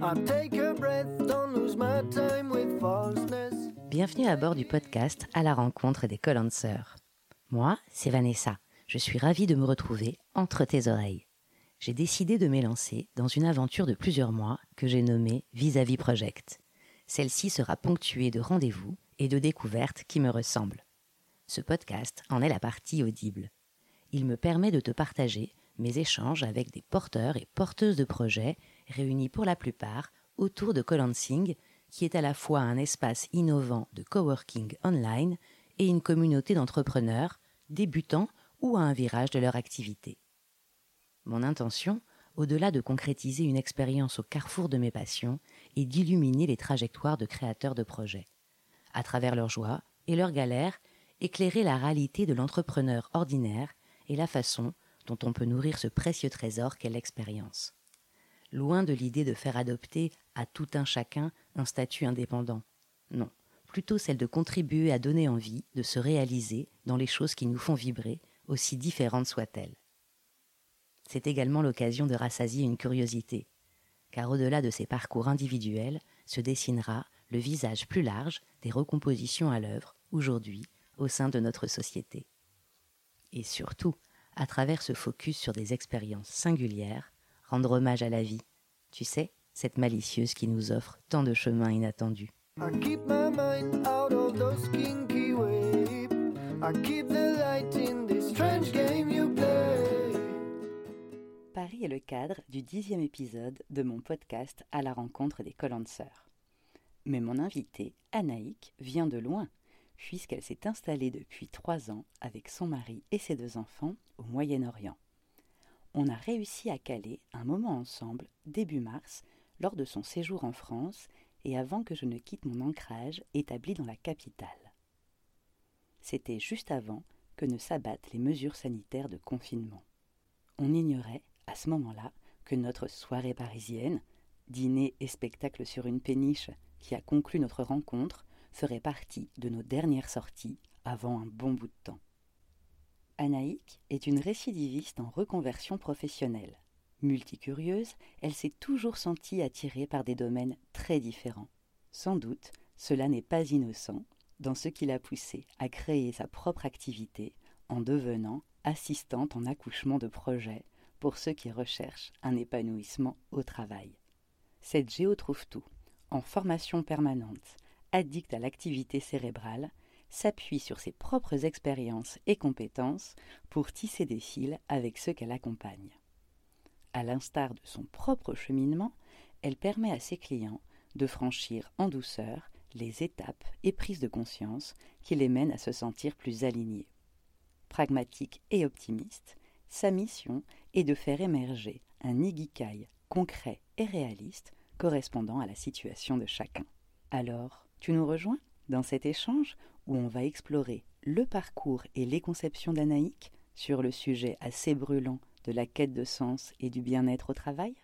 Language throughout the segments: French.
Bienvenue à bord du podcast À la rencontre des Collancers. Moi, c'est Vanessa. Je suis ravie de me retrouver entre tes oreilles. J'ai décidé de m'élancer dans une aventure de plusieurs mois que j'ai nommée Vis-à-vis Project. Celle-ci sera ponctuée de rendez-vous et de découvertes qui me ressemblent. Ce podcast en est la partie audible. Il me permet de te partager mes échanges avec des porteurs et porteuses de projets réunis pour la plupart autour de Colancing, qui est à la fois un espace innovant de coworking online et une communauté d'entrepreneurs, débutants ou à un virage de leur activité. Mon intention, au-delà de concrétiser une expérience au carrefour de mes passions, est d'illuminer les trajectoires de créateurs de projets. À travers leurs joies et leurs galères, éclairer la réalité de l'entrepreneur ordinaire et la façon dont on peut nourrir ce précieux trésor qu'est l'expérience. Loin de l'idée de faire adopter à tout un chacun un statut indépendant. Non, plutôt celle de contribuer à donner envie de se réaliser dans les choses qui nous font vibrer, aussi différentes soient-elles. C'est également l'occasion de rassasier une curiosité, car au-delà de ces parcours individuels se dessinera le visage plus large des recompositions à l'œuvre, aujourd'hui, au sein de notre société. Et surtout, à travers ce focus sur des expériences singulières, rendre hommage à la vie, tu sais, cette malicieuse qui nous offre tant de chemins inattendus. Paris est le cadre du 10e épisode de mon podcast À la rencontre des Collancers. Mais mon invitée, Anaïk, vient de loin, puisqu'elle s'est installée depuis 3 ans avec son mari et ses 2 enfants au Moyen-Orient. On a réussi à caler un moment ensemble, début mars, lors de son séjour en France et avant que je ne quitte mon ancrage établi dans la capitale. C'était juste avant que ne s'abattent les mesures sanitaires de confinement. On ignorait, à ce moment-là, que notre soirée parisienne, dîner et spectacle sur une péniche qui a conclu notre rencontre, ferait partie de nos dernières sorties avant un bon bout de temps. Anaïk est une récidiviste en reconversion professionnelle. Multicurieuse, elle s'est toujours sentie attirée par des domaines très différents. Sans doute, cela n'est pas innocent dans ce qui l'a poussée à créer sa propre activité en devenant assistante en accouchement de projet pour ceux qui recherchent un épanouissement au travail. Cette géo trouve tout, en formation permanente, addicte à l'activité cérébrale, s'appuie sur ses propres expériences et compétences pour tisser des fils avec ceux qu'elle accompagne. À l'instar de son propre cheminement, elle permet à ses clients de franchir en douceur les étapes et prises de conscience qui les mènent à se sentir plus alignés. Pragmatique et optimiste, sa mission est de faire émerger un ikigai concret et réaliste correspondant à la situation de chacun. Alors, tu nous rejoins dans cet échange où on va explorer le parcours et les conceptions d'Anaïk sur le sujet assez brûlant de la quête de sens et du bien-être au travail.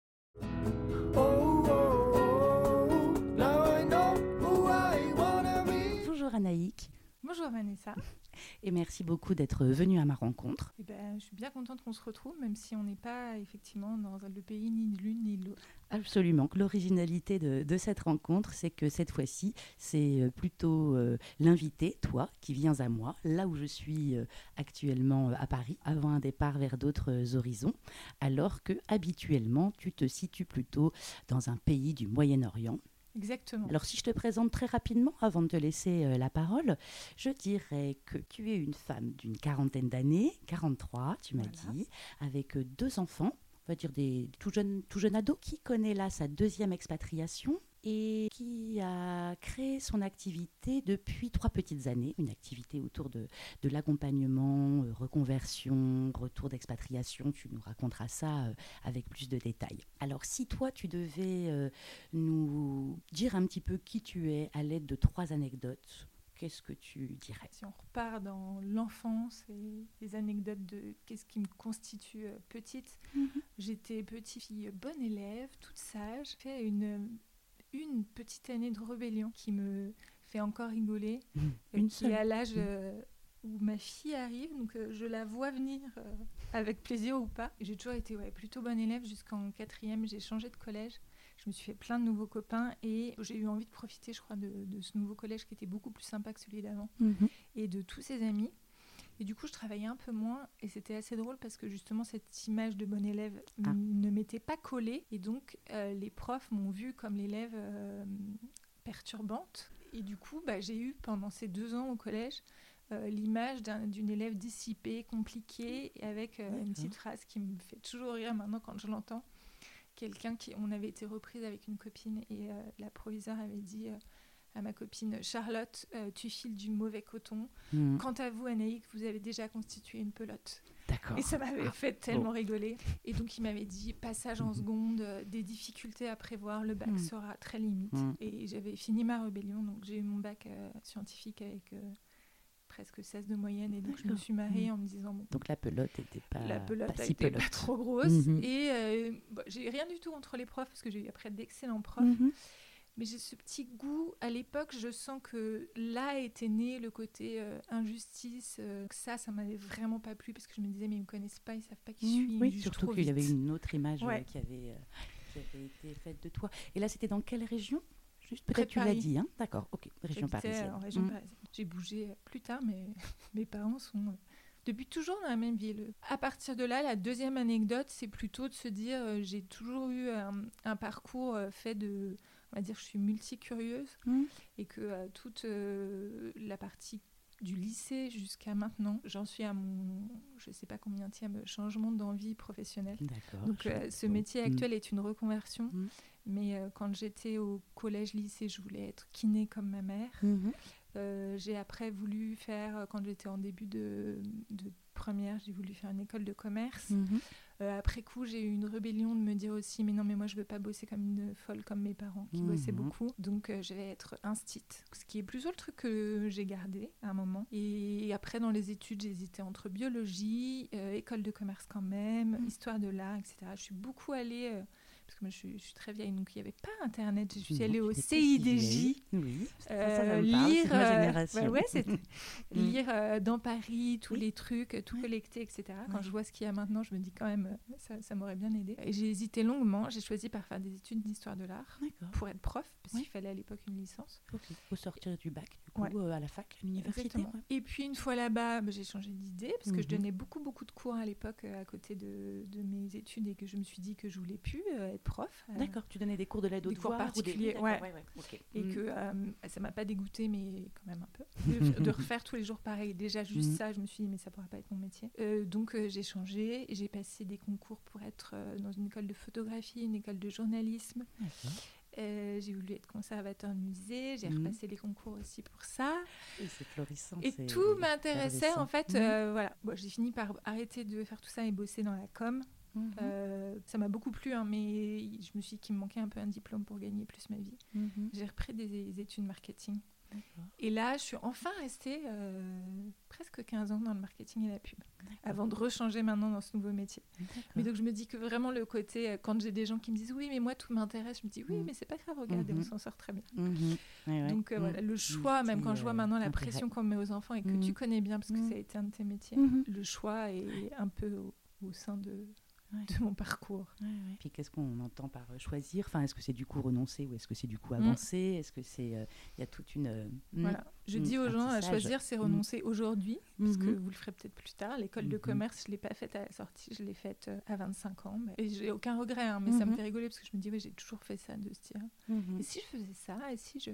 Bonjour Anaïk. Bonjour Vanessa. Et merci beaucoup d'être venue à ma rencontre. Je suis bien contente qu'on se retrouve, même si on n'est pas effectivement dans le pays ni de l'une ni de l'autre. Absolument. L'originalité de cette rencontre, c'est que cette fois-ci, c'est plutôt l'invité, toi, qui viens à moi, là où je suis actuellement à Paris, avant un départ vers d'autres horizons, alors que habituellement, tu te situes plutôt dans un pays du Moyen-Orient. Exactement. Alors si je te présente très rapidement, avant de te laisser la parole, je dirais que tu es une femme d'une 40aine d'années, 43 tu m'as dit, avec 2 enfants, on va dire des tout jeunes ados, qui connaît là sa 2e expatriation et qui a créé son activité depuis 3 petites années, une activité autour de l'accompagnement, reconversion, retour d'expatriation. Tu nous raconteras ça avec plus de détails. Alors si toi tu devais nous dire un petit peu qui tu es à l'aide de 3 anecdotes, qu'est-ce que tu dirais ? Si on repart dans l'enfance et les anecdotes de qu'est-ce qui me constitue petite, j'étais petite fille bonne élève, toute sage, fait une petite année de rébellion qui me fait encore rigoler, qui est à l'âge où ma fille arrive, donc je la vois venir avec plaisir ou pas. J'ai toujours été plutôt bonne élève jusqu'en 4e, j'ai changé de collège. Je me suis fait plein de nouveaux copains et j'ai eu envie de profiter, je crois, de ce nouveau collège qui était beaucoup plus sympa que celui d'avant et de tous ses amis. Et du coup, je travaillais un peu moins et c'était assez drôle parce que justement, cette image de bon élève ne m'était pas collée. Et donc, les profs m'ont vue comme l'élève perturbante. Et du coup, j'ai eu pendant ces 2 ans au collège l'image d'une élève dissipée, compliquée, et avec une petite phrase qui me fait toujours rire maintenant quand je l'entends. On avait été reprise avec une copine et la proviseure avait dit... à ma copine Charlotte, tu files du mauvais coton. Quant à vous, Anaïk, vous avez déjà constitué une pelote. D'accord. Et ça m'avait fait tellement rigoler. Et donc, il m'avait dit, passage en seconde, des difficultés à prévoir, le bac sera très limite. Et j'avais fini ma rébellion, donc j'ai eu mon bac scientifique avec presque 16 de moyenne. Et donc, je me suis mariée en me disant... Bon, donc, la pelote n'était pas la pelote pas si était pelote. pas trop grosse. Et j'ai rien du tout contre les profs, parce que j'ai eu après d'excellents profs. Mais j'ai ce petit goût, à l'époque, je sens que là était né le côté injustice. Ça m'avait vraiment pas plu parce que je me disais, mais ils me connaissent pas, ils savent pas qui je suis. Oui, surtout qu'il y avait une autre image qui avait été faite de toi. Et là, c'était dans quelle région ? Juste peut-être tu l'as dit, hein ? D'accord, ok, région parisienne. En région parisienne. J'ai bougé plus tard, mais mes parents sont... depuis toujours dans la même ville. À partir de là, la deuxième anecdote, c'est plutôt de se dire, j'ai toujours eu un parcours fait de... On va dire que je suis multicurieuse et que toute la partie du lycée jusqu'à maintenant, j'en suis à mon, je ne sais pas combienième changement d'envie professionnelle. D'accord. Donc ce métier actuel est une reconversion, mais quand j'étais au collège-lycée, je voulais être kiné comme ma mère. J'ai après voulu faire, quand j'étais en début de première, j'ai voulu faire une école de commerce. Après coup, j'ai eu une rébellion de me dire aussi, mais non, mais moi, je veux pas bosser comme une folle comme mes parents qui bossaient beaucoup. Donc, je vais être instite, ce qui est plutôt le truc que j'ai gardé à un moment. Et après, dans les études, j'hésitais entre biologie, école de commerce quand même, histoire de l'art, etc. Je suis beaucoup allée... parce que moi, je suis très vieille, donc il n'y avait pas Internet. Je suis allée au CIDJ lire, lire dans Paris tous les trucs, tout collecter, etc. Quand je vois ce qu'il y a maintenant, je me dis quand même, ça m'aurait bien aidé. Et j'ai hésité longuement. J'ai choisi par faire des études d'histoire de l'art pour être prof, parce qu'il fallait à l'époque une licence. Au sortir du bac, du coup, à la fac, à l'université. Et puis une fois là-bas, j'ai changé d'idée, parce que je donnais beaucoup de cours à l'époque à côté de mes études et que je me suis dit que je voulais plus être prof. D'accord, tu donnais des cours de l'aide aux devoirs particuliers, okay. Et que ça m'a pas dégoûtée, mais quand même un peu, de refaire tous les jours pareil. Déjà juste ça, je me suis dit mais ça pourra pas être mon métier. Donc j'ai changé, j'ai passé des concours pour être dans une école de photographie, une école de journalisme. J'ai voulu être conservateur de musée, j'ai repassé les concours aussi pour ça. Et c'est florissant. Et tout m'intéressait en fait. Voilà. Bon, j'ai fini par arrêter de faire tout ça et bosser dans la com. Ça m'a beaucoup plu, hein, mais je me suis dit qu'il me manquait un peu un diplôme pour gagner plus ma vie. J'ai repris des études marketing. Et là, je suis enfin restée presque 15 ans dans le marketing et la pub, avant de rechanger maintenant dans ce nouveau métier. Mais donc, je me dis que vraiment le côté, quand j'ai des gens qui me disent « Oui, mais moi, tout m'intéresse », je me dis « Oui, mais c'est pas grave, regardez, on s'en sort très bien. » Donc, voilà, le choix, même quand je vois maintenant la pression qu'on met aux enfants et que tu connais bien, parce que ça a été un de tes métiers, le choix est un peu au sein de mon parcours. Puis qu'est-ce qu'on entend par choisir ? Enfin, est-ce que c'est du coup renoncer ou est-ce que c'est du coup avancer ? Est-ce que c'est... Il y a toute une... Voilà. Je dis aux gens, à choisir, c'est renoncer aujourd'hui, parce que vous le ferez peut-être plus tard. L'école de commerce, je ne l'ai pas faite à la sortie, je l'ai faite à 25 ans. Et je n'ai aucun regret, hein, mais ça me fait rigoler, parce que je me dis, oui, j'ai toujours fait ça, de se dire, et si je faisais ça, et si je...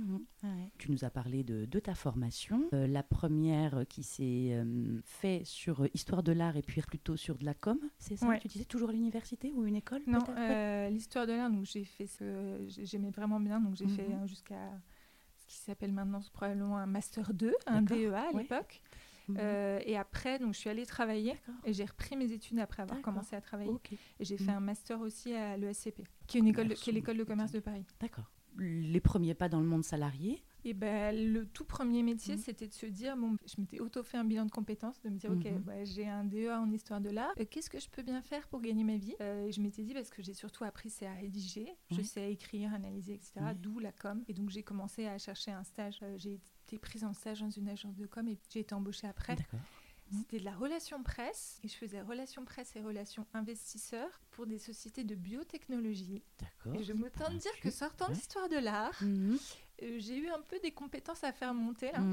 Tu nous as parlé de ta formation. La première qui s'est faite sur Histoire de l'art et puis plutôt sur de la com, c'est ça ? Tu disais toujours à l'université ou une école ? Non, l'Histoire de l'art, donc j'ai fait j'aimais vraiment bien, donc j'ai fait jusqu'à... qui s'appelle maintenant probablement un Master 2, un DEA à l'époque. Et après, donc, je suis allée travailler et j'ai repris mes études après avoir commencé à travailler. Et j'ai fait un Master aussi à l'ESCP, qui est l'école de commerce de Paris. D'accord. Les premiers pas dans le monde salarié ? Et le tout premier métier, c'était de se dire, je m'étais auto-fait un bilan de compétences, de me dire, j'ai un DEA en histoire de l'art, qu'est-ce que je peux bien faire pour gagner ma vie ? Et je m'étais dit, parce que j'ai surtout appris, c'est à rédiger, je sais écrire, analyser, etc., d'où la com. Et donc, j'ai commencé à chercher un stage. J'ai été prise en stage dans une agence de com et j'ai été embauchée après. C'était de la relation presse. Et je faisais relation presse et relations investisseurs pour des sociétés de biotechnologie. D'accord. Et je m'autant de dire que sortant de l'histoire de l'art, j'ai eu un peu des compétences à faire monter là.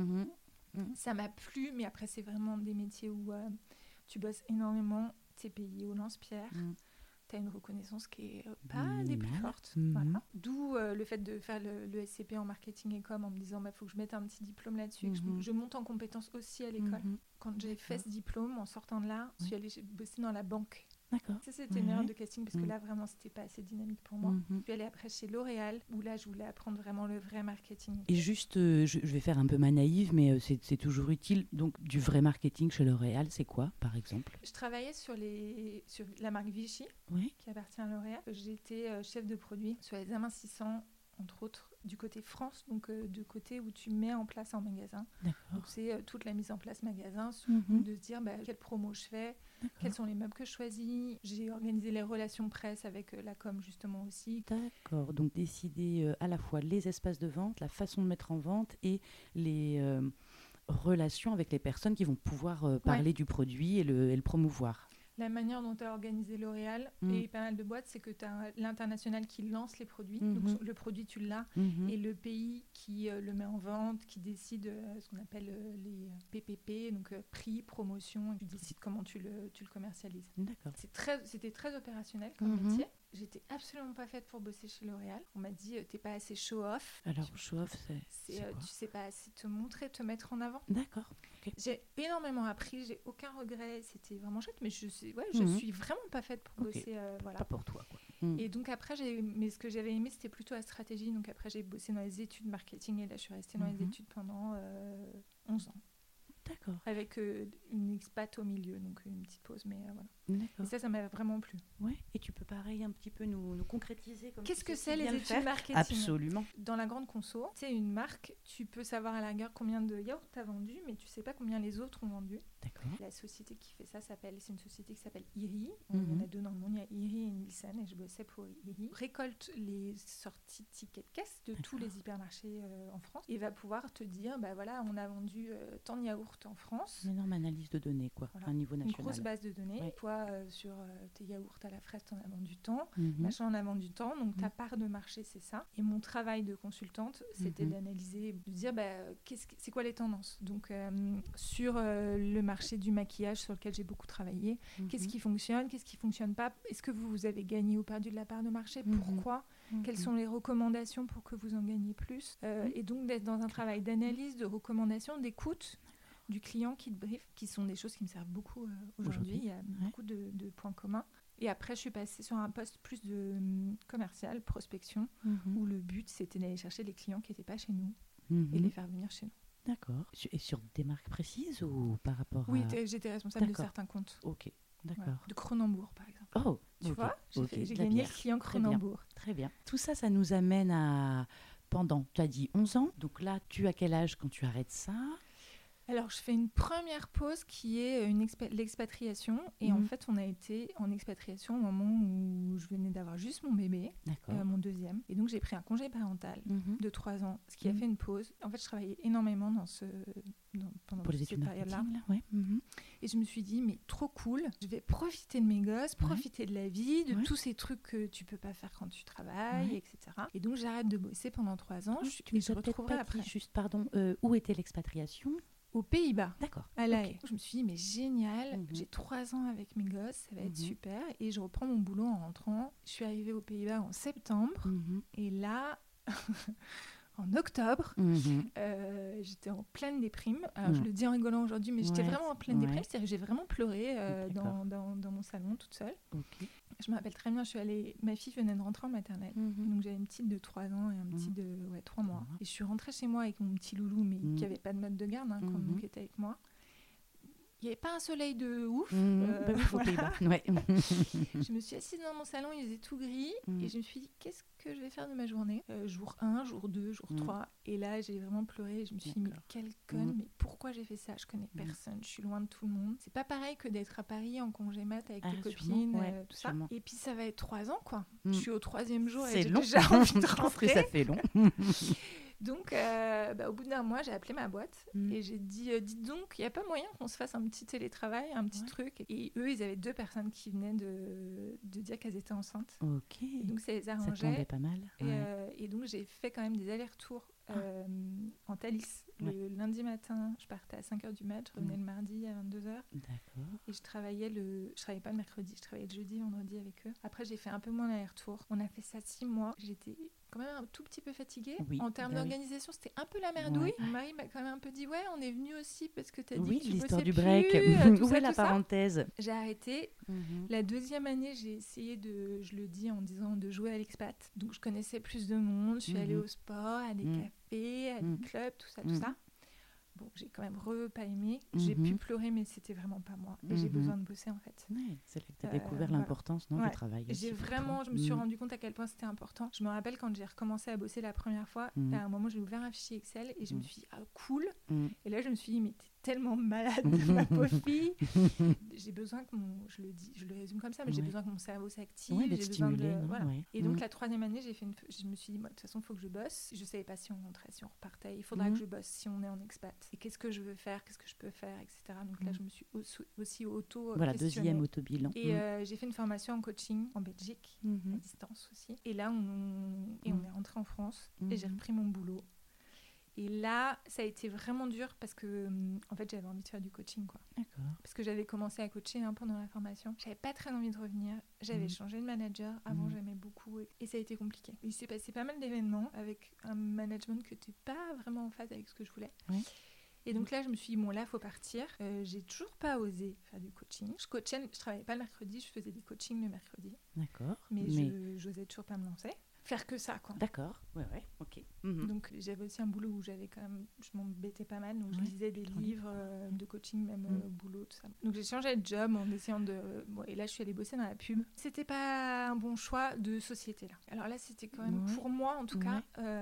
Ça m'a plu, mais après c'est vraiment des métiers où tu bosses énormément, t'es payé au lance-pierre, t'as une reconnaissance qui est pas des plus fortes. Voilà. D'où le fait de faire le SCP en marketing et com en me disant faut que je mette un petit diplôme là-dessus et que je monte en compétences aussi à l'école. Quand j'ai fait ce diplôme, en sortant de là, je suis allée bosser dans la banque. D'accord. Ça, c'était une erreur de casting parce que là, vraiment, c'était pas assez dynamique pour moi. Je suis allée après chez L'Oréal où là, je voulais apprendre vraiment le vrai marketing. Et juste, je vais faire un peu ma naïve, mais c'est toujours utile. Donc, du vrai marketing chez L'Oréal, c'est quoi, par exemple ? Je travaillais sur la marque Vichy, qui appartient à L'Oréal. J'étais chef de produit sur les amincissants, entre autres, du côté France, donc du côté où tu mets en place un magasin. D'accord. Donc c'est toute la mise en place magasin, de se dire quelle promo je fais, quels sont les meubles que je choisis. J'ai organisé les relations presse avec la com justement aussi. D'accord, donc décider à la fois les espaces de vente, la façon de mettre en vente et les relations avec les personnes qui vont pouvoir parler du produit et le promouvoir. La manière dont tu as organisé L'Oréal et pas mal de boîtes, c'est que tu as l'international qui lance les produits. Donc le produit, tu l'as. Et le pays qui le met en vente, qui décide ce qu'on appelle les PPP, donc prix, promotion, et tu décides comment tu le commercialises. D'accord. C'était très opérationnel comme métier. J'étais absolument pas faite pour bosser chez L'Oréal. On m'a dit, t'es pas assez show-off. Alors, show-off, c'est quoi ? Tu sais pas assez te montrer, te mettre en avant. D'accord. Okay. J'ai énormément appris, j'ai aucun regret. C'était vraiment chouette, mais je suis vraiment pas faite pour bosser. Voilà. Pas pour toi, quoi. Et donc après, mais ce que j'avais aimé, c'était plutôt la stratégie. Donc après, j'ai bossé dans les études marketing et là, je suis restée dans les études pendant 11 ans. D'accord. Avec une expat au milieu, donc une petite pause, mais voilà. D'accord. Et ça m'a vraiment plu. Ouais. Et tu peux pareil un petit peu nous concrétiser comme qu'est-ce que c'est les études marketing ? Absolument. Dans la grande conso, c'est une marque, tu peux savoir à la rigueur combien de yaourts tu as vendu, mais tu sais pas combien les autres ont vendu. D'accord. La société qui fait ça c'est une société qui s'appelle IRI. Il y en a deux dans le monde, il y a IRI et Nielsen, et je bossais pour IRI. Récolte les sorties tickets de caisse de tous les hypermarchés en France et va pouvoir te dire, voilà, on a vendu tant de yaourts en France. Une énorme analyse de données, quoi, à un niveau national. Une grosse base de données. Ouais. Toi, sur tes yaourts à la fraise, t'en as vendu tant, machin en a vendu tant, donc ta part de marché, c'est ça. Et mon travail de consultante, c'était d'analyser, de dire, c'est quoi les tendances ? Donc, sur le marché du maquillage sur lequel j'ai beaucoup travaillé, qu'est-ce qui fonctionne pas ? Est-ce que vous avez gagné ou perdu de la part de marché ? Pourquoi ? Quelles sont les recommandations pour que vous en gagniez plus ? Et donc, d'être dans un travail d'analyse, de recommandation, d'écoute du client qui te brief, qui sont des choses qui me servent beaucoup aujourd'hui. Il y a beaucoup de points communs. Et après, je suis passée sur un poste plus de commercial, prospection, où le but, c'était d'aller chercher les clients qui n'étaient pas chez nous et les faire venir chez nous. D'accord. Et sur des marques précises ou par rapport Oui, j'étais responsable de certains comptes. Ok, d'accord. Voilà. De Cronenbourg, par exemple. Oh, tu vois, j'ai gagné le client Cronenbourg. Très bien. Tout ça, ça nous amène à... Pendant, tu as dit 11 ans. Donc là, tu as quel âge quand tu arrêtes ça ? Alors, je fais une première pause qui est l'expatriation. Et en fait, on a été en expatriation au moment où je venais d'avoir juste mon bébé, mon deuxième. Et donc, j'ai pris un congé parental de 3 ans, ce qui a fait une pause. En fait, je travaillais énormément pendant pour les études cette période-là. Ouais. Et je me suis dit, mais trop cool, je vais profiter de mes gosses, profiter de la vie, de tous ces trucs que tu peux pas faire quand tu travailles, etc. Et donc, j'arrête de bosser pendant 3 ans. Je retrouverai après. Juste, pardon, où était l'expatriation ? Aux Pays-Bas, d'accord, à La Haye. Je me suis dit, mais génial, j'ai 3 ans avec mes gosses, ça va être super. Et je reprends mon boulot en rentrant. Je suis arrivée aux Pays-Bas en septembre. Et là, en octobre, j'étais en pleine déprime. Alors, je le dis en rigolant aujourd'hui, mais j'étais vraiment en pleine déprime. C'est-à-dire que j'ai vraiment pleuré dans mon salon toute seule. Je me rappelle très bien, ma fille venait de rentrer en maternelle. Donc j'avais une petite de 3 ans et un petit de 3 mois. Et je suis rentrée chez moi avec mon petit loulou, mais qui n'avait pas de mode de garde, qui était avec moi. Il n'y avait pas un soleil de ouf. Voilà. Je me suis assise dans mon salon, il faisait tout gris. Et je me suis dit, qu'est-ce que je vais faire de ma journée ? Jour 1, jour 2, jour 3. Et là, j'ai vraiment pleuré. Et je me suis dit, mais quelle conne, mais pourquoi j'ai fait ça ? Je connais personne, je suis loin de tout le monde. C'est pas pareil que d'être à Paris en congé mat avec tes copines, tout ça. Et puis ça va être 3 ans, quoi. Je suis au 3e jour et j'ai déjà envie de rentrer. Ça fait long. Donc, au bout d'un mois, j'ai appelé ma boîte et j'ai dit dites donc, il n'y a pas moyen qu'on se fasse un petit télétravail, un petit truc. Et eux, ils avaient 2 personnes qui venaient de dire qu'elles étaient enceintes. Ok. Et donc, ça les Ça arrangeait. tombait pas mal. Et donc, j'ai fait quand même des allers-retours en Thalys. Le lundi matin, je partais à 5h du mat, je revenais le mardi à 22h. D'accord. Et je travaillais pas le mercredi, je travaillais le jeudi, vendredi avec eux. Après, j'ai fait un peu moins d'aller-retour. On a fait ça 6 mois. J'étais quand même un tout petit peu fatiguée. En termes d'organisation, c'était un peu la merdouille. Mon mari m'a quand même un peu dit ouais, on est venu aussi parce que t'as dit que tu l'histoire bossais du break. plus, Où est la parenthèse? J'ai arrêté. La 2e année, j'ai essayé je le dis en disant, de jouer à l'expat. Donc je connaissais plus de monde, je suis allée au sport, à des cafés, à des clubs, tout ça. Bon, j'ai quand même pas aimé. J'ai pu pleurer, mais c'était vraiment pas moi. Et j'ai besoin de bosser, en fait. Ouais, c'est là que tu as découvert l'importance du travail. Je me suis rendu compte à quel point c'était important. Je me rappelle quand j'ai recommencé à bosser la première fois, à un moment, j'ai ouvert un fichier Excel et je me suis dit, ah, cool. Et là, je me suis dit, mais t'es tellement malade, ma pauvre fille. J'ai besoin que je le résume comme ça, mais j'ai besoin que mon cerveau s'active. Ouais, d'être stimulé. Et donc, la 3e année, je me suis dit, moi, de toute façon, il faut que je bosse. Je savais pas si on rentrait, si on repartait. Il faudra que je bosse si on est en expat. Et qu'est-ce que je veux faire, qu'est-ce que je peux faire, etc. Donc là, je me suis aussi questionnée. 2e auto-bilan. Et j'ai fait une formation en coaching en Belgique, à distance aussi. Et là, on est rentré en France et j'ai repris mon boulot. Et là, ça a été vraiment dur parce que, en fait, j'avais envie de faire du coaching, quoi. D'accord. Parce que j'avais commencé à coacher pendant la formation. J'avais pas très envie de revenir. J'avais changé de manager. Avant, j'aimais beaucoup. Et ça a été compliqué. Il s'est passé pas mal d'événements avec un management qui n'était pas vraiment en phase avec ce que je voulais. Oui. Et donc là, je me suis dit, bon, là, il faut partir. J'ai toujours pas osé faire du coaching. Je travaillais pas le mercredi, je faisais des coachings le mercredi. D'accord. Mais j'osais toujours pas me lancer. Faire que ça, quoi. D'accord, ouais, ok. Donc j'avais aussi un boulot où je m'embêtais pas mal, donc je lisais des livres de coaching, même au boulot, tout ça. Donc j'ai changé de job en essayant et là je suis allée bosser dans la pub. C'était pas un bon choix de société, là. Alors là, c'était quand même, pour moi en tout cas,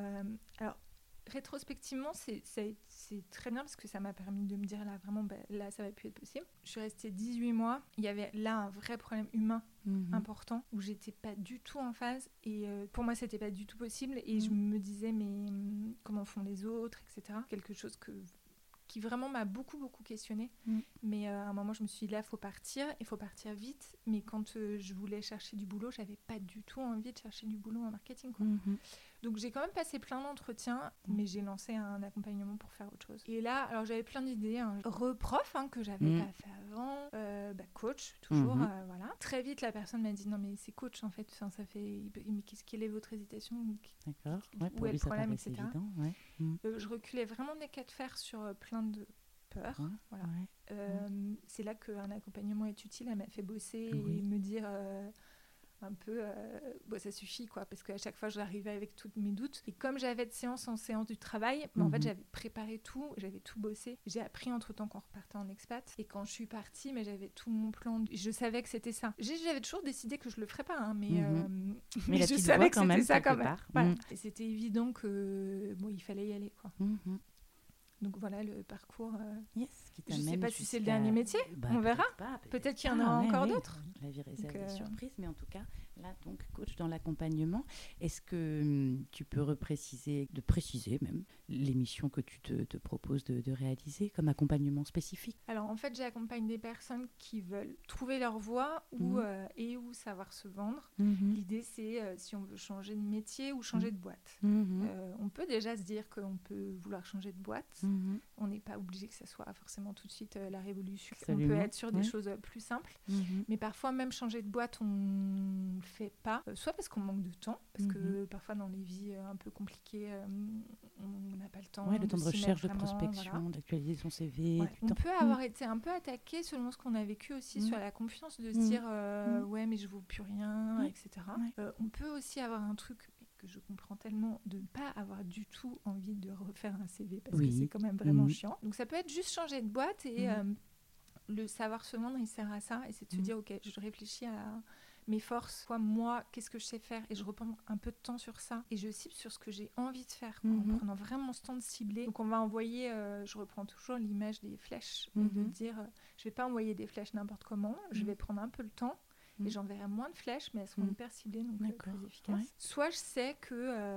alors rétrospectivement, c'est très bien parce que ça m'a permis de me dire là, vraiment, là, ça va plus être possible. Je suis restée 18 mois. Il y avait là un vrai problème humain important où j'étais pas du tout en phase et pour moi, c'était pas du tout possible. Et je me disais, mais comment font les autres, etc. Quelque chose qui vraiment m'a beaucoup, beaucoup questionnée. Mais à un moment, je me suis dit, là, il faut partir vite. Mais quand je voulais chercher du boulot, j'avais pas du tout envie de chercher du boulot en marketing, quoi. Donc j'ai quand même passé plein d'entretiens, mais j'ai lancé un accompagnement pour faire autre chose. Et là, alors j'avais plein d'idées, reprof que j'avais pas fait avant, coach toujours, voilà. Très vite la personne m'a dit non mais c'est coach en fait, ça fait, mais quelle est votre hésitation, d'accord, où est le problème, etc. Évident, je reculais vraiment des cas de fer sur plein de peurs, voilà. C'est là qu'un accompagnement est utile, elle m'a fait bosser et me dire un peu, ça suffit, quoi, parce qu'à chaque fois j'arrivais avec tous mes doutes et comme j'avais de séance en séance du travail, en fait j'avais préparé tout, j'avais tout bossé, j'ai appris entre temps qu'on repartait en expat et quand je suis partie, mais j'avais tout mon plan, je savais que c'était ça. J'avais toujours décidé que je le ferais pas, mais je savais que c'était ça quand même. Voilà. Et c'était évident que il fallait y aller, quoi. Donc voilà le parcours. Je ne sais pas si c'est le dernier métier, on verra. Peut-être qu'il y en aura encore d'autres. La vie réserve des surprises, mais en tout cas, là, donc, coach dans l'accompagnement, est-ce que tu peux préciser même les missions que tu te proposes de réaliser comme accompagnement spécifique? Alors, en fait, j'accompagne des personnes qui veulent trouver leur voie ou savoir se vendre. L'idée, c'est si on veut changer de métier ou changer de boîte. On peut déjà se dire qu'on peut vouloir changer de boîte. On n'est pas obligé que ça soit forcément tout de suite la révolution. Absolument. On peut être sur des choses plus simples. Mais parfois, même changer de boîte, on ne le fait pas. Soit parce qu'on manque de temps, parce que parfois dans les vies un peu compliquées, on n'a pas le temps. Le temps de recherche, de prospection, d'actualiser son CV. On peut avoir été un peu attaqué selon ce qu'on a vécu aussi sur la confiance, de se dire ouais, mais je vaux plus rien, etc. On peut aussi avoir un truc que je comprends tellement, de ne pas avoir du tout envie de refaire un CV parce que c'est quand même vraiment chiant. Donc ça peut être juste changer de boîte et le savoir se vendre, il sert à ça, et c'est de se dire ok, je réfléchis à mes forces, moi, qu'est-ce que je sais faire, et je reprends un peu de temps sur ça et je cible sur ce que j'ai envie de faire, en prenant vraiment ce temps de cibler. Donc on va envoyer, je reprends toujours l'image des flèches, de dire je vais pas envoyer des flèches n'importe comment, je vais prendre un peu le temps et j'enverrai moins de flèches, mais elles seront hyper ciblées, donc plus efficaces. Ouais. Soit je sais que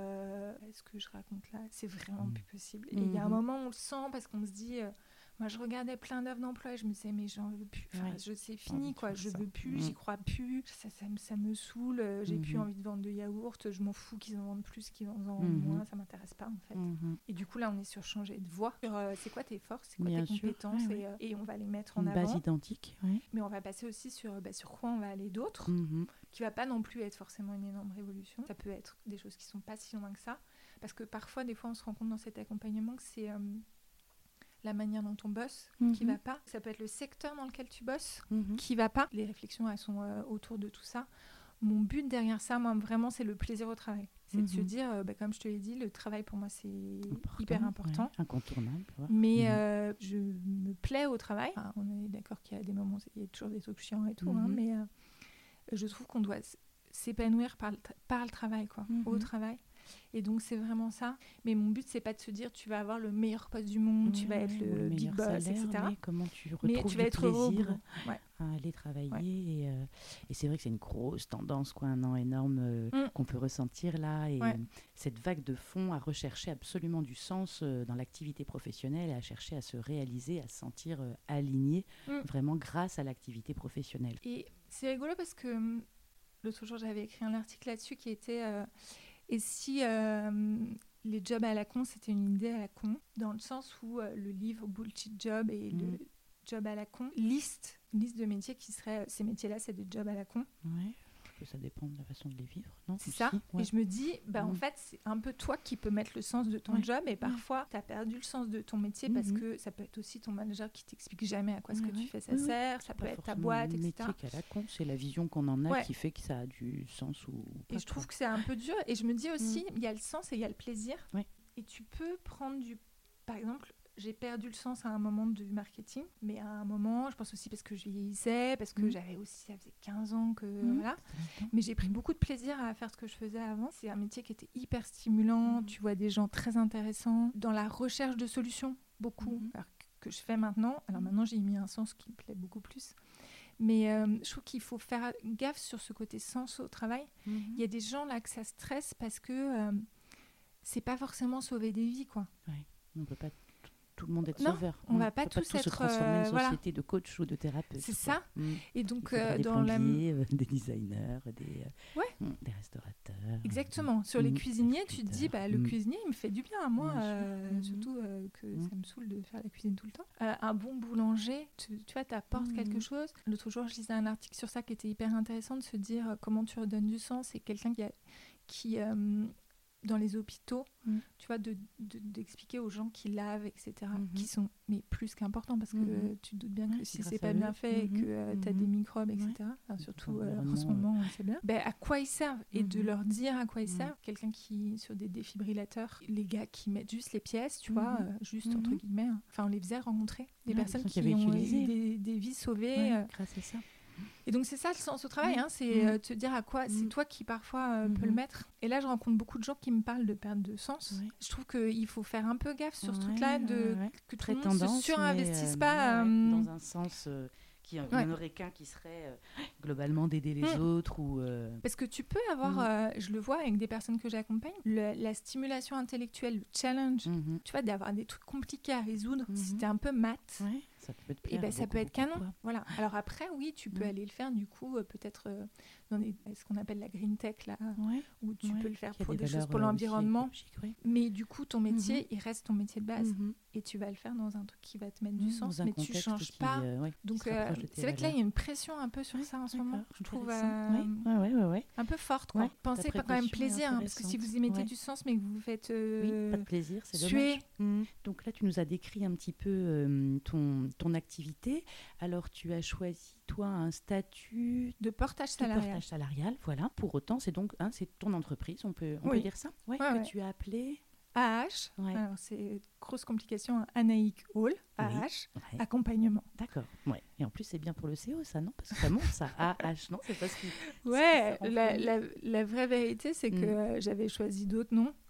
ce que je raconte là, c'est vraiment plus possible. Et il y a un moment où on le sent parce qu'on se dit... moi, je regardais plein d'offres d'emploi et je me disais, mais j'en veux plus. C'est fini, quoi. Je veux plus, j'y crois plus. Ça me saoule. J'ai plus envie de vendre de yaourt. Je m'en fous qu'ils en vendent plus, qu'ils en vendent moins. Ça m'intéresse pas, en fait. Et du coup, là, on est sur changer de voie. C'est quoi tes forces, c'est quoi tes compétences et on va les mettre en avant. Une base identique. Mais on va passer aussi sur quoi on va aller d'autre, qui va pas non plus être forcément une énorme révolution. Ça peut être des choses qui sont pas si loin que ça. Parce que parfois, des fois, on se rend compte dans cet accompagnement que c'est... la manière dont on bosse qui va pas. Ça peut être le secteur dans lequel tu bosses qui va pas. Les réflexions, elles sont autour de tout ça. Mon but derrière ça, moi, vraiment, c'est le plaisir au travail. C'est de se dire, comme je te l'ai dit, le travail, pour moi, c'est hyper important. Incontournable. Mais je me plais au travail. Enfin, on est d'accord qu'il y a des moments, il y a toujours des trucs chiants et tout, mais je trouve qu'on doit s'épanouir par le travail, quoi, au travail. Et donc c'est vraiment ça. Mais mon but, c'est pas de se dire tu vas avoir le meilleur poste du monde, tu vas être le big boss, salaire, etc. Mais comment tu retrouves tu vas être plaisir à aller travailler. Et c'est vrai que c'est une grosse tendance, quoi, un an énorme qu'on peut ressentir là. Et cette vague de fond à rechercher absolument du sens dans l'activité professionnelle et à chercher à se réaliser, à se sentir aligné vraiment grâce à l'activité professionnelle. Et c'est rigolo parce que l'autre jour, j'avais écrit un article là-dessus qui était... Et si les jobs à la con, c'était une idée à la con, dans le sens où le livre Bullshit Job et le job à la con liste de métiers qui seraient... ces métiers-là, c'est des jobs à la con. Ouais. Que ça dépend de la façon de les vivre, non? C'est ça. Et je me dis, en fait, c'est un peu toi qui peux mettre le sens de ton job. Et parfois, tu as perdu le sens de ton métier parce que ça peut être aussi ton manager qui t'explique jamais à quoi ce que tu fais, ça sert. Ça peut être ta boîte, etc. C'est métier qu'à la con, c'est la vision qu'on en a qui fait que ça a du sens ou pas. Et je trouve que c'est un peu dur. Et je me dis aussi, il y a le sens et il y a le plaisir. Et tu peux prendre par exemple... J'ai perdu le sens à un moment du marketing, mais à un moment, je pense aussi parce que je vieillissais, parce que j'avais aussi, ça faisait 15 ans que, voilà. Mais j'ai pris beaucoup de plaisir à faire ce que je faisais avant. C'est un métier qui était hyper stimulant, tu vois des gens très intéressants, dans la recherche de solutions, beaucoup, alors que je fais maintenant. Alors maintenant, j'ai mis un sens qui me plaît beaucoup plus. Mais je trouve qu'il faut faire gaffe sur ce côté sens au travail. Il y a des gens là que ça stresse parce que c'est pas forcément sauver des vies, quoi. Ouais. On peut pas tout le monde être sauveur. On va pas tous être se transformer en société de coach ou de thérapeute. C'est ça. Et donc des plombiers, des designers, des restaurateurs. Exactement. Sur les cuisiniers, tu te dis le cuisinier, il me fait du bien à moi, surtout que ça me saoule de faire la cuisine tout le temps. Un bon boulanger, tu vois, t'apportes quelque chose. L'autre jour, je lisais un article sur ça qui était hyper intéressant, de se dire comment tu redonnes du sens. C'est quelqu'un qui dans les hôpitaux, tu vois, d'expliquer aux gens qui lavent, etc., qui sont plus qu'importants, parce que tu te doutes bien que si c'est pas bien fait et que tu as des microbes, etc., enfin, surtout en ce moment, on sait bien, à quoi ils servent, et de leur dire à quoi ils servent. Quelqu'un qui, sur des défibrillateurs, les gars qui mettent juste les pièces, tu vois, juste entre guillemets, enfin, on les faisait rencontrer, des personnes qui ont eu des vies sauvées grâce à ça. Et donc c'est ça le sens au travail, c'est te dire à quoi, c'est toi qui parfois peux le mettre. Et là je rencontre beaucoup de gens qui me parlent de perte de sens. Je trouve qu'il faut faire un peu gaffe sur ce truc-là, que tout le monde ne surinvestisse pas. Dans un sens qu'il n'y en aurait qu'un qui serait globalement d'aider les autres. Parce que tu peux avoir, je le vois avec des personnes que j'accompagne, la stimulation intellectuelle, le challenge, tu vois, d'avoir des trucs compliqués à résoudre, si t'es un peu maths. Ça peut te plaire, ça peut être canon. Voilà. Alors après, oui, tu peux aller le faire du coup, peut-être dans ce qu'on appelle la green tech, là, où tu peux le faire pour des choses pour l'environnement. Mais du coup, ton métier, il reste ton métier de base. Et tu vas le faire dans un truc qui va te mettre du sens, mais tu ne changes pas. Donc, c'est vrai que là, il y a une pression un peu sur ça en ce moment. Je trouve un peu forte. Quoi. Pensez pas quand même plaisir, parce que si vous y mettez du sens, mais que vous vous faites pas de plaisir, c'est dommage. Donc là, tu nous as décrit un petit peu ton activité. Alors, tu as choisi, toi, un statut de portage salarial. Voilà. Pour autant, c'est donc c'est ton entreprise, on peut dire ça, que tu as appelé AH. Alors, c'est grosse complication, Anaïk Hall, AH, accompagnement. D'accord. Ouais. Et en plus, c'est bien pour le CO, ça, non? Parce que ça monte, ça, AH, non? C'est parce que la vraie vérité, c'est que j'avais choisi d'autres noms.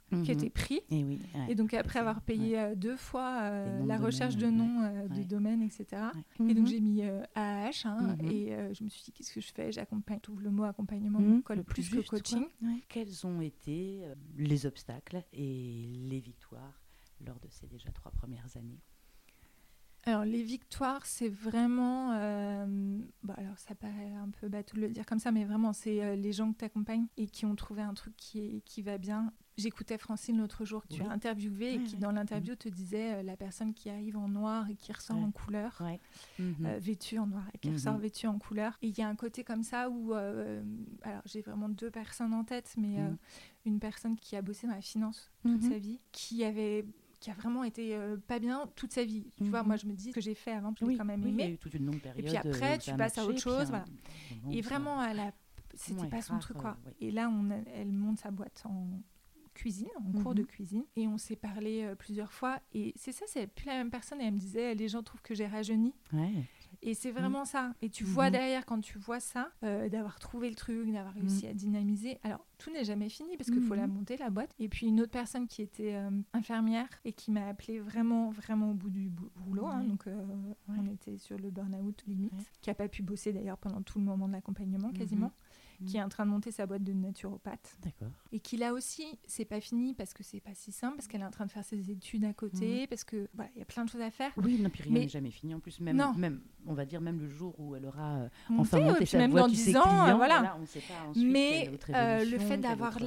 qui était pris. Et donc après avoir payé 2 fois la recherche de nom de domaine, etc. Et donc j'ai mis AH et je me suis dit qu'est-ce que je fais, j'accompagne, tout le mot accompagnement me colle plus que coaching. Quels ont été les obstacles et les victoires lors de ces déjà 3 premières années? Alors, les victoires, c'est vraiment... alors, ça paraît un peu bateau de le dire comme ça, mais vraiment, c'est les gens que tu accompagnes et qui ont trouvé un truc qui va bien. J'écoutais Francine l'autre jour que tu as interviewée et qui, dans l'interview, te disait la personne qui arrive en noir et qui ressort en couleur, vêtue en noir et qui ressort vêtue en couleur. Et il y a un côté comme ça où... alors, j'ai vraiment 2 personnes en tête, mais une personne qui a bossé dans la finance toute sa vie, qui a vraiment été pas bien toute sa vie. Tu vois, moi, je me dis que j'ai fait avant, je l'ai quand même aimé. Il y a eu toute une longue période. Et puis après, tu passes à autre chose. Voilà. Et vraiment, c'était pas son truc, quoi. Et là, elle monte sa boîte en cuisine, en cours de cuisine. Et on s'est parlé plusieurs fois. Et c'est ça, c'est plus la même personne. Et elle me disait, les gens trouvent que j'ai rajeuni. Et c'est vraiment ça. Et tu vois derrière, quand tu vois ça, d'avoir trouvé le truc, d'avoir réussi à dynamiser. Alors, tout n'est jamais fini parce qu'il faut la monter, la boîte. Et puis, une autre personne qui était infirmière et qui m'a appelée vraiment, vraiment au bout du rouleau. Donc, on était sur le burn-out limite, qui n'a pas pu bosser d'ailleurs pendant tout le moment de l'accompagnement quasiment. Qui est en train de monter sa boîte de naturopathe. D'accord. Et qui là aussi, c'est pas fini parce que c'est pas si simple, parce qu'elle est en train de faire ses études à côté, parce que voilà, il y a plein de choses à faire. Oui, non, puis rien n'est jamais fini en plus. Même, on va dire même le jour où elle aura enfin monté sa même boîte, dans 10 ans, voilà. On ne sait pas ensuite. Mais le fait d'avoir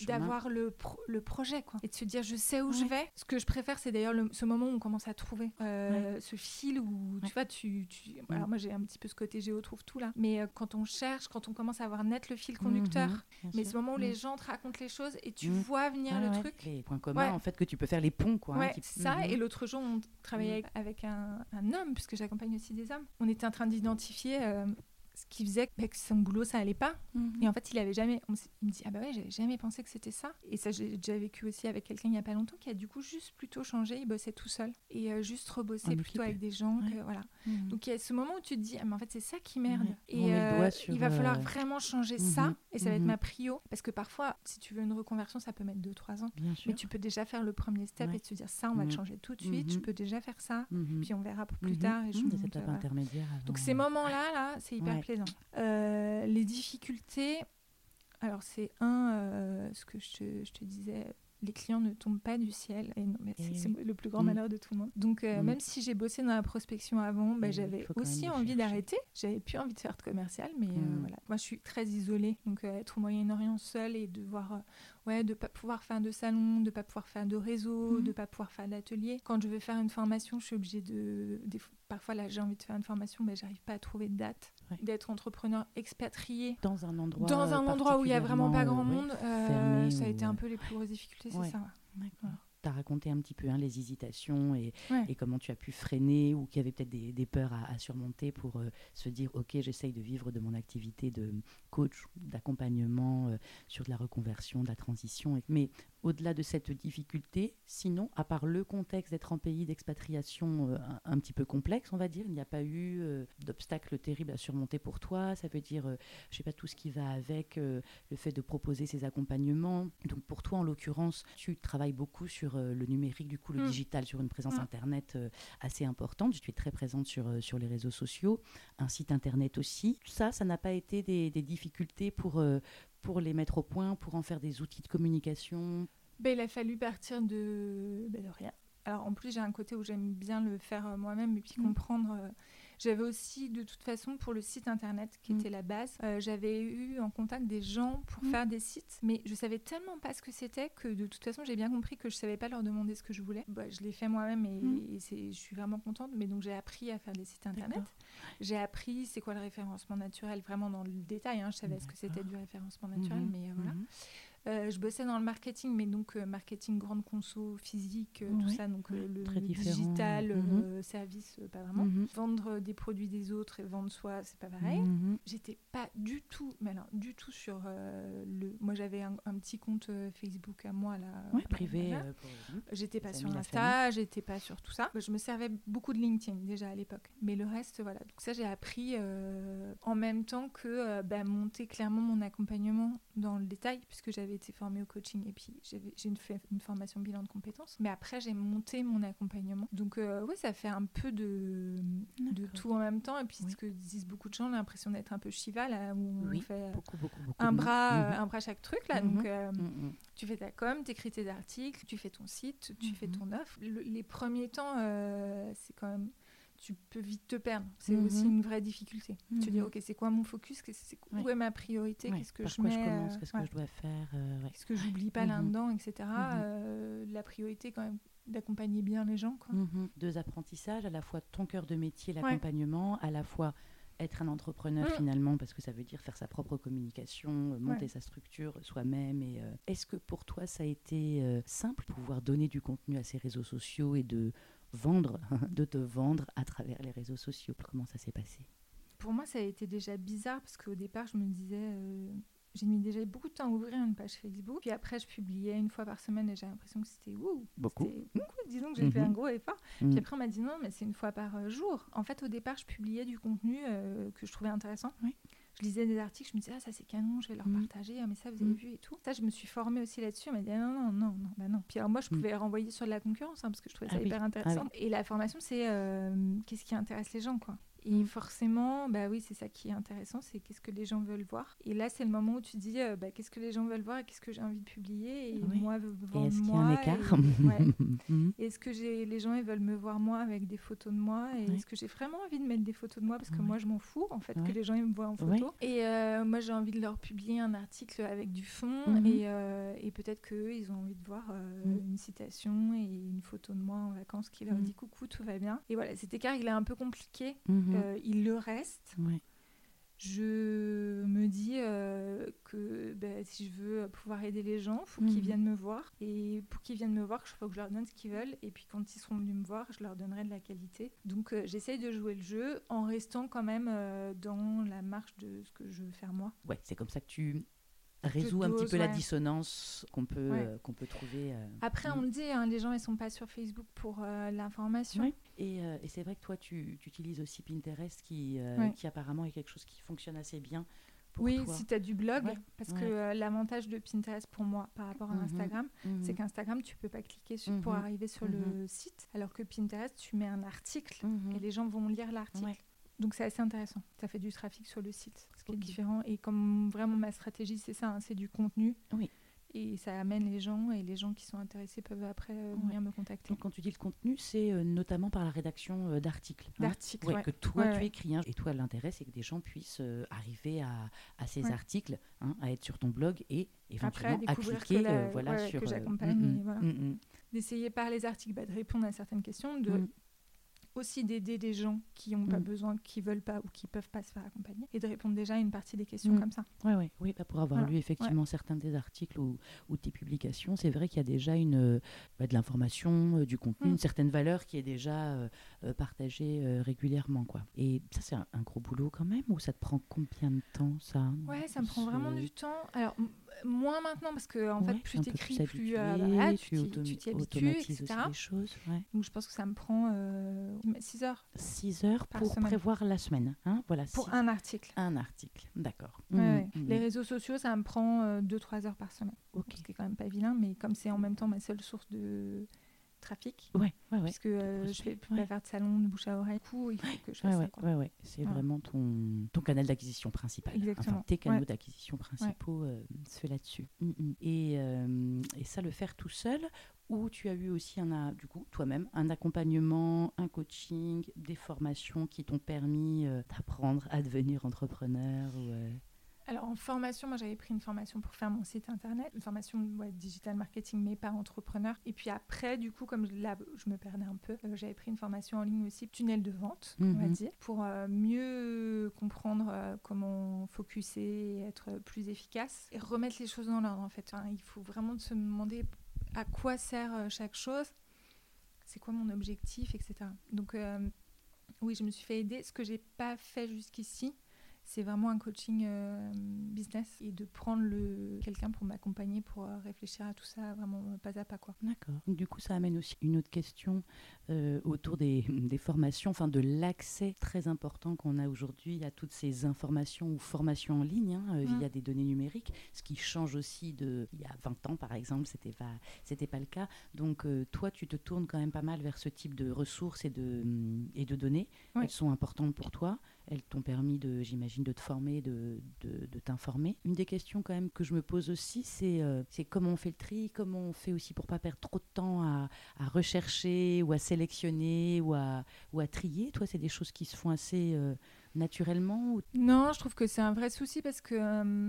le projet, quoi, et de se dire je sais où je vais. Ce que je préfère, c'est d'ailleurs ce moment où on commence à trouver ce fil où tu vois, alors moi j'ai un petit peu ce côté géo trouve tout là, mais quand on cherche, quand on commence à avoir net le fil conducteur, mais ce moment où les gens te racontent les choses et tu vois venir le truc. Les points communs, en fait, que tu peux faire les ponts, quoi. Ça. Et l'autre jour, on travaillait avec un homme, puisque j'accompagne aussi des hommes. On était en train d'identifier ce qui faisait que son boulot, ça allait pas. Et en fait, il avait jamais... Il me dit, ah bah ouais, j'avais jamais pensé que c'était ça. Et ça, j'ai déjà vécu aussi avec quelqu'un il y a pas longtemps qui a du coup juste plutôt changé. Il bossait tout seul. Et juste rebossait plutôt avec des gens. Voilà. Donc, il y a ce moment où tu te dis, ah, mais en fait, c'est ça qui merde. Et il va falloir vraiment changer ça. Et ça va être ma prio. Parce que parfois, si tu veux une reconversion, ça peut mettre 2-3 ans. Mais tu peux déjà faire le premier step et te dire, ça, on va le changer tout de suite. Je peux déjà faire ça. Puis on verra pour plus tard. Et cette étape intermédiaire. Donc, ces moments-là, c'est hyper plaisant. Les difficultés, alors c'est ce que je te disais, les clients ne tombent pas du ciel. Et non, mais c'est le plus grand malheur de tout le monde. Donc même si j'ai bossé dans la prospection avant, j'avais aussi envie d'arrêter. J'avais plus envie de faire de commercial, mais voilà. Moi, je suis très isolée. Donc être au Moyen-Orient seule et devoir... de pas pouvoir faire de salon, de pas pouvoir faire de réseau, de pas pouvoir faire d'atelier. Quand je veux faire une formation, je suis obligée parfois là j'ai envie de faire une formation, mais j'arrive pas à trouver de date. D'être entrepreneur expatrié dans un endroit où il y a vraiment pas grand monde, ça a été un peu les plus grosses difficultés, c'est ça. D'accord. Tu as raconté un petit peu les hésitations et comment tu as pu freiner ou qu'il y avait peut-être des peurs à surmonter pour se dire ok, j'essaye de vivre de mon activité de coach, d'accompagnement sur de la reconversion, de la transition. Mais au-delà de cette difficulté, sinon, à part le contexte d'être en pays d'expatriation un petit peu complexe, on va dire, il n'y a pas eu d'obstacles terribles à surmonter pour toi. Ça veut dire, je sais pas, tout ce qui va avec le fait de proposer ces accompagnements. Donc pour toi, en l'occurrence, tu travailles beaucoup sur le numérique, du coup le digital, sur une présence Internet assez importante. Tu es très présente sur les réseaux sociaux, un site Internet aussi. Ça n'a pas été des difficultés pour les mettre au point, pour en faire des outils de communication? Il a fallu partir de rien. Alors en plus, j'ai un côté où j'aime bien le faire moi-même et puis comprendre... J'avais aussi, de toute façon, pour le site internet, qui était la base, j'avais eu en contact des gens pour faire des sites, mais je savais tellement pas ce que c'était que de toute façon, j'ai bien compris que je savais pas leur demander ce que je voulais. Je l'ai fait moi-même et je suis vraiment contente. Mais donc, j'ai appris à faire des sites internet. D'accord. J'ai appris c'est quoi le référencement naturel, vraiment dans le détail. Je savais ce que c'était du référencement naturel, mais voilà. Je bossais dans le marketing, mais donc marketing grande conso, physique, tout ça, donc le digital, service, pas vraiment. Vendre des produits des autres et vendre soi, c'est pas pareil. J'étais pas du tout, mais alors du tout sur Moi, j'avais un petit compte Facebook à moi là. Privé. J'étais pas sur Insta, j'étais pas sur tout ça. Je me servais beaucoup de LinkedIn déjà à l'époque, mais le reste, voilà. Donc ça, j'ai appris en même temps que monter clairement mon accompagnement dans le détail, puisque j'avais été formée au coaching et puis j'ai fait une formation bilan de compétences. Mais après, j'ai monté mon accompagnement. Donc, oui, ça fait un peu de tout en même temps. Et puis, ce que disent beaucoup de gens, on a l'impression d'être un peu Shiva, là, où on fait beaucoup un bras chaque truc, là. Donc, tu fais ta com, tu écris tes articles, tu fais ton site, tu fais ton offre. Les premiers temps, c'est quand même... Tu peux vite te perdre. C'est aussi une vraie difficulté. Tu dis, OK, c'est quoi mon focus? Où est ma priorité? Qu'est-ce que je mets? Je commence? Qu'est-ce que je dois faire? Qu'est-ce que j'oublie pas là-dedans, etc. La priorité, quand même, d'accompagner bien les gens, quoi. 2 apprentissages, à la fois ton cœur de métier, l'accompagnement, à la fois être un entrepreneur finalement, parce que ça veut dire faire sa propre communication, monter sa structure soi-même. Et est-ce que pour toi, ça a été simple de pouvoir donner du contenu à ces réseaux sociaux et de te vendre à travers les réseaux sociaux? Comment ça s'est passé? Pour moi, ça a été déjà bizarre parce qu'au départ, je me disais... j'ai mis déjà beaucoup de temps à ouvrir une page Facebook. Puis après, je publiais une fois par semaine et j'ai l'impression que c'était beaucoup. Disons que j'ai fait un gros effort. Puis après, on m'a dit non, mais c'est une fois par jour. En fait, au départ, je publiais du contenu que je trouvais intéressant. Je lisais des articles, je me disais, ça c'est canon, je vais leur partager, mais ça vous avez vu et tout. Ça, je me suis formée aussi là-dessus. On m'a dit, non. Puis alors moi, je pouvais renvoyer sur de la concurrence parce que je trouvais ça hyper intéressant. Et la formation, c'est qu'est-ce qui intéresse les gens, quoi. Et forcément, c'est ça qui est intéressant, c'est qu'est-ce que les gens veulent voir. Et là, c'est le moment où tu dis, qu'est-ce que les gens veulent voir et qu'est-ce que j'ai envie de publier. Et moi, et est-ce qu'il y a un écart Est-ce que les gens ils veulent me voir moi avec des photos de moi et est-ce que j'ai vraiment envie de mettre des photos de moi parce que moi, je m'en fous, en fait, que les gens ils me voient en photo. Et moi, j'ai envie de leur publier un article avec du fond et peut-être qu'eux, ils ont envie de voir une citation et une photo de moi en vacances qui leur dit coucou, tout va bien. Et voilà, cet écart, il est un peu compliqué. Il le reste. Je me dis que si je veux pouvoir aider les gens, il faut qu'ils viennent me voir. Et pour qu'ils viennent me voir, il faut que je leur donne ce qu'ils veulent. Et puis quand ils seront venus me voir, je leur donnerai de la qualité. Donc j'essaye de jouer le jeu en restant quand même dans la marche de ce que je veux faire moi. Ouais, c'est comme ça que tu résout un petit peu la dissonance qu'on peut trouver. Après, on me dit, les gens ils sont pas sur Facebook pour l'information. Et c'est vrai que toi, tu utilises aussi Pinterest qui apparemment est quelque chose qui fonctionne assez bien. Oui, si tu as du blog, parce que l'avantage de Pinterest pour moi par rapport à Instagram, c'est qu'Instagram, tu peux pas cliquer pour arriver sur le site, alors que Pinterest, tu mets un article et les gens vont lire l'article. Donc c'est assez intéressant. Ça fait du trafic sur le site, ce qui est différent. Et comme vraiment ma stratégie, c'est ça, c'est du contenu. Et ça amène les gens, et les gens qui sont intéressés peuvent après venir me contacter. Donc quand tu dis le contenu, c'est notamment par la rédaction d'articles. D'articles, que toi tu écris. Et toi, l'intérêt, c'est que des gens puissent arriver à ces articles, à être sur ton blog et éventuellement après, à cliquer sur... que j'accompagne. D'essayer par les articles de répondre à certaines questions, aussi d'aider des gens qui n'ont pas besoin, qui veulent pas ou qui peuvent pas se faire accompagner et de répondre déjà à une partie des questions comme ça. Oui, pour avoir lu effectivement certains des articles ou tes publications, c'est vrai qu'il y a déjà de l'information, du contenu, une certaine valeur qui est déjà partagée régulièrement, quoi. Et ça, c'est un gros boulot quand même, ou ça te prend combien de temps, ça? Ça me prend vraiment du temps. Alors, moins maintenant, parce que en fait, plus tu écris, plus tu t'y habitues, etc. Aussi les choses, Donc, je pense que ça me prend 6 heures. 6 heures pour prévoir la semaine. Pour un article. Un article, d'accord. Les réseaux sociaux, ça me prend 2-3 heures par semaine. Ce qui est quand même pas vilain, mais comme c'est en même temps ma seule source de trafic, puisque je ne peux pas faire de salon de bouche à oreille, il faut que je fasse ça. C'est vraiment ton canal d'acquisition principal. Exactement. Enfin, tes canaux d'acquisition principaux se fait là-dessus. Et ça, le faire tout seul, ou tu as eu aussi du coup, toi-même, un accompagnement, un coaching, des formations qui t'ont permis d'apprendre à devenir entrepreneur Alors, en formation, moi, j'avais pris une formation pour faire mon site internet, une formation digital marketing, mais pas entrepreneur. Et puis après, du coup, comme là, je me perdais un peu, j'avais pris une formation en ligne aussi, tunnel de vente, on va dire, pour mieux comprendre comment focuser et être plus efficace et remettre les choses dans l'ordre, en fait. Il faut vraiment se demander à quoi sert chaque chose, c'est quoi mon objectif, etc. Donc, oui, je me suis fait aider. Ce que j'ai pas fait jusqu'ici, c'est vraiment un coaching business et de prendre quelqu'un pour m'accompagner pour réfléchir à tout ça vraiment pas à pas, quoi. D'accord. Du coup, ça amène aussi une autre question autour des formations, enfin de l'accès très important qu'on a aujourd'hui à toutes ces informations ou formations en ligne via des données numériques, ce qui change aussi il y a 20 ans par exemple, c'était pas le cas. Donc toi, tu te tournes quand même pas mal vers ce type de ressources et de données. Oui. Elles sont importantes pour toi. Elles t'ont permis, j'imagine, de te former, de t'informer. Une des questions quand même que je me pose aussi, c'est comment on fait le tri, comment on fait aussi pour pas perdre trop de temps à rechercher ou à sélectionner ou à trier. Toi, c'est des choses qui se font assez naturellement ou... Non, je trouve que c'est un vrai souci parce que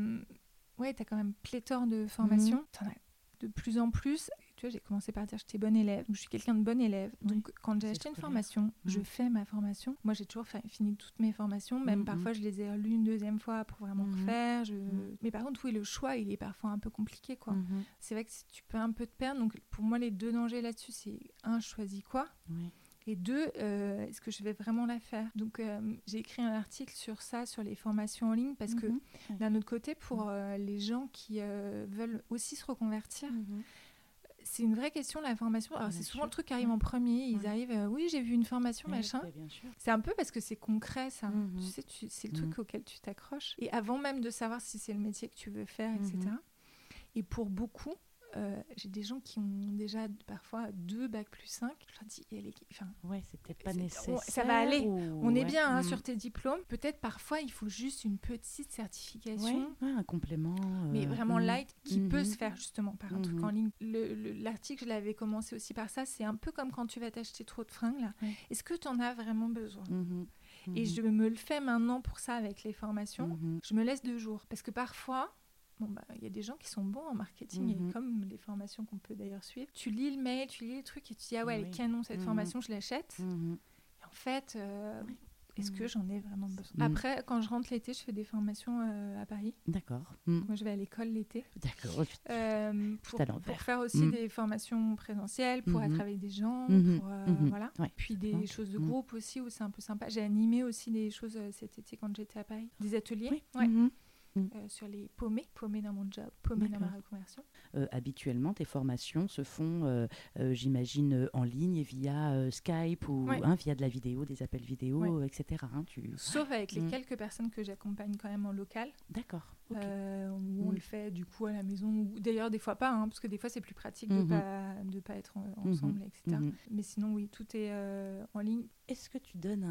tu as quand même pléthore de formations. T'en as de plus en plus. Tu vois, j'ai commencé par dire j'étais bonne élève. Je suis quelqu'un de bonne élève. Donc, quand j'ai acheté une formation, je fais ma formation. Moi, j'ai toujours fini toutes mes formations. Même parfois, je les ai relues une deuxième fois pour vraiment refaire. Mais par contre, oui, le choix, il est parfois un peu compliqué, quoi. C'est vrai que tu peux un peu te perdre. Donc, pour moi, les deux dangers là-dessus, c'est un, je choisis quoi. Et deux, est-ce que je vais vraiment la faire? Donc, j'ai écrit un article sur ça, sur les formations en ligne, parce que d'un autre côté, pour les gens qui veulent aussi se reconvertir, c'est une vraie question, la formation. Alors, c'est souvent le truc qui arrive en premier. Ils arrivent, oui, j'ai vu une formation, machin. Bien sûr. C'est un peu parce que c'est concret, ça. Tu sais, c'est le truc auquel tu t'accroches. Et avant même de savoir si c'est le métier que tu veux faire, etc. Et pour beaucoup, j'ai des gens qui ont déjà parfois 2 bac plus 5. Je leur dis, c'est peut-être pas nécessaire. Ça va aller. On est bien sur tes diplômes. Peut-être parfois, il faut juste une petite certification. Un complément. Mais vraiment light qui peut se faire justement par un truc en ligne. L'article, je l'avais commencé aussi par ça. C'est un peu comme quand tu vas t'acheter trop de fringues. Là. Est-ce que tu en as vraiment besoin Et je me le fais maintenant pour ça avec les formations. Je me laisse 2 jours. Parce que parfois... il y a des gens qui sont bons en marketing et comme les formations qu'on peut d'ailleurs suivre, tu lis le mail, tu lis les trucs et tu dis elle est canon cette formation, je l'achète. Et en fait, est-ce que j'en ai vraiment besoin? Après, quand je rentre l'été, je fais des formations à Paris. D'accord. Moi, je vais à l'école l'été. D'accord. Pour faire aussi des formations présentielles, pour être avec des gens, pour, voilà. Puis des choses de groupe aussi où c'est un peu sympa. J'ai animé aussi des choses cet été quand j'étais à Paris, des ateliers. Sur les paumés dans mon job, paumés dans ma reconversion. Habituellement, tes formations se font, j'imagine, en ligne via Skype ou via de la vidéo, des appels vidéo, etc. Sauf avec les quelques personnes que j'accompagne quand même en local. D'accord. Où on le fait du coup à la maison. Ou d'ailleurs, des fois pas, parce que des fois, c'est plus pratique de pas être ensemble, etc. Mais sinon, oui, tout est en ligne. Est-ce que tu donnes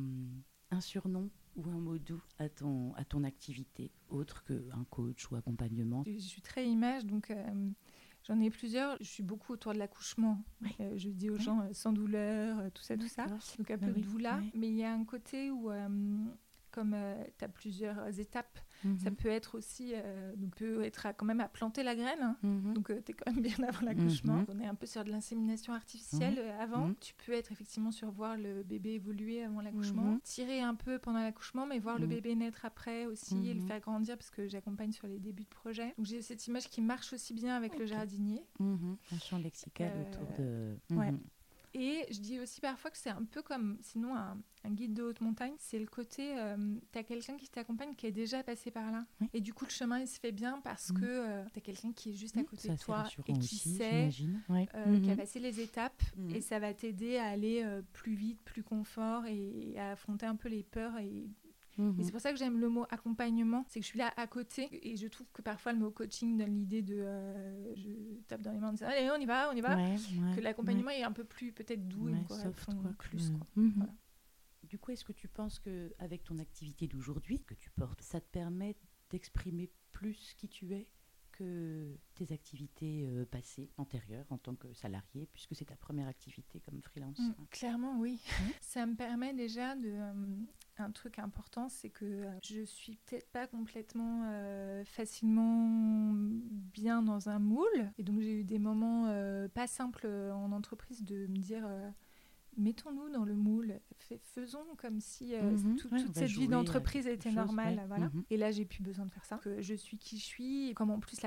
un surnom ou un mot doux à ton activité, autre qu'un coach ou accompagnement? Je suis très image, donc j'en ai plusieurs. Je suis beaucoup autour de l'accouchement. Je dis aux gens sans douleur, tout ça. Donc un peu de doula. Mais il y a un côté où, comme tu as plusieurs étapes, ça peut être aussi, quand même à planter la graine. Donc tu es quand même bien avant l'accouchement. On est un peu sur de l'insémination artificielle avant. Tu peux être effectivement sur voir le bébé évoluer avant l'accouchement. Tirer un peu pendant l'accouchement, mais voir le bébé naître après aussi et le faire grandir parce que j'accompagne sur les débuts de projet. Donc j'ai cette image qui marche aussi bien avec le jardinier. Un champ lexical autour de... Et je dis aussi parfois que c'est un peu comme, sinon, un guide de haute montagne. C'est le côté, tu as quelqu'un qui t'accompagne qui est déjà passé par là. Et du coup, le chemin, il se fait bien parce que tu as quelqu'un qui est juste à côté de toi et qui aussi, sait, qui a passé les étapes. Et ça va t'aider à aller plus vite, plus confort et à affronter un peu les peurs et c'est pour ça que j'aime le mot accompagnement, c'est que je suis là à côté et je trouve que parfois le mot coaching donne l'idée de je tape dans les mains en disant allez on y va, que l'accompagnement est un peu plus peut-être doux et une correction plus. Voilà. Du coup, est-ce que tu penses qu'avec ton activité d'aujourd'hui que tu portes, ça te permet d'exprimer plus qui tu es que tes activités passées, antérieures, en tant que salarié, puisque c'est ta première activité comme freelance? Clairement, oui. Ça me permet déjà de... un truc important, c'est que je suis peut-être pas complètement facilement bien dans un moule. Et donc, j'ai eu des moments pas simples en entreprise de me dire... mettons-nous dans le moule, faisons comme si toute cette vie d'entreprise était normale. Voilà. Et là, j'ai plus besoin de faire ça. Que je suis qui je suis. Et comme en plus,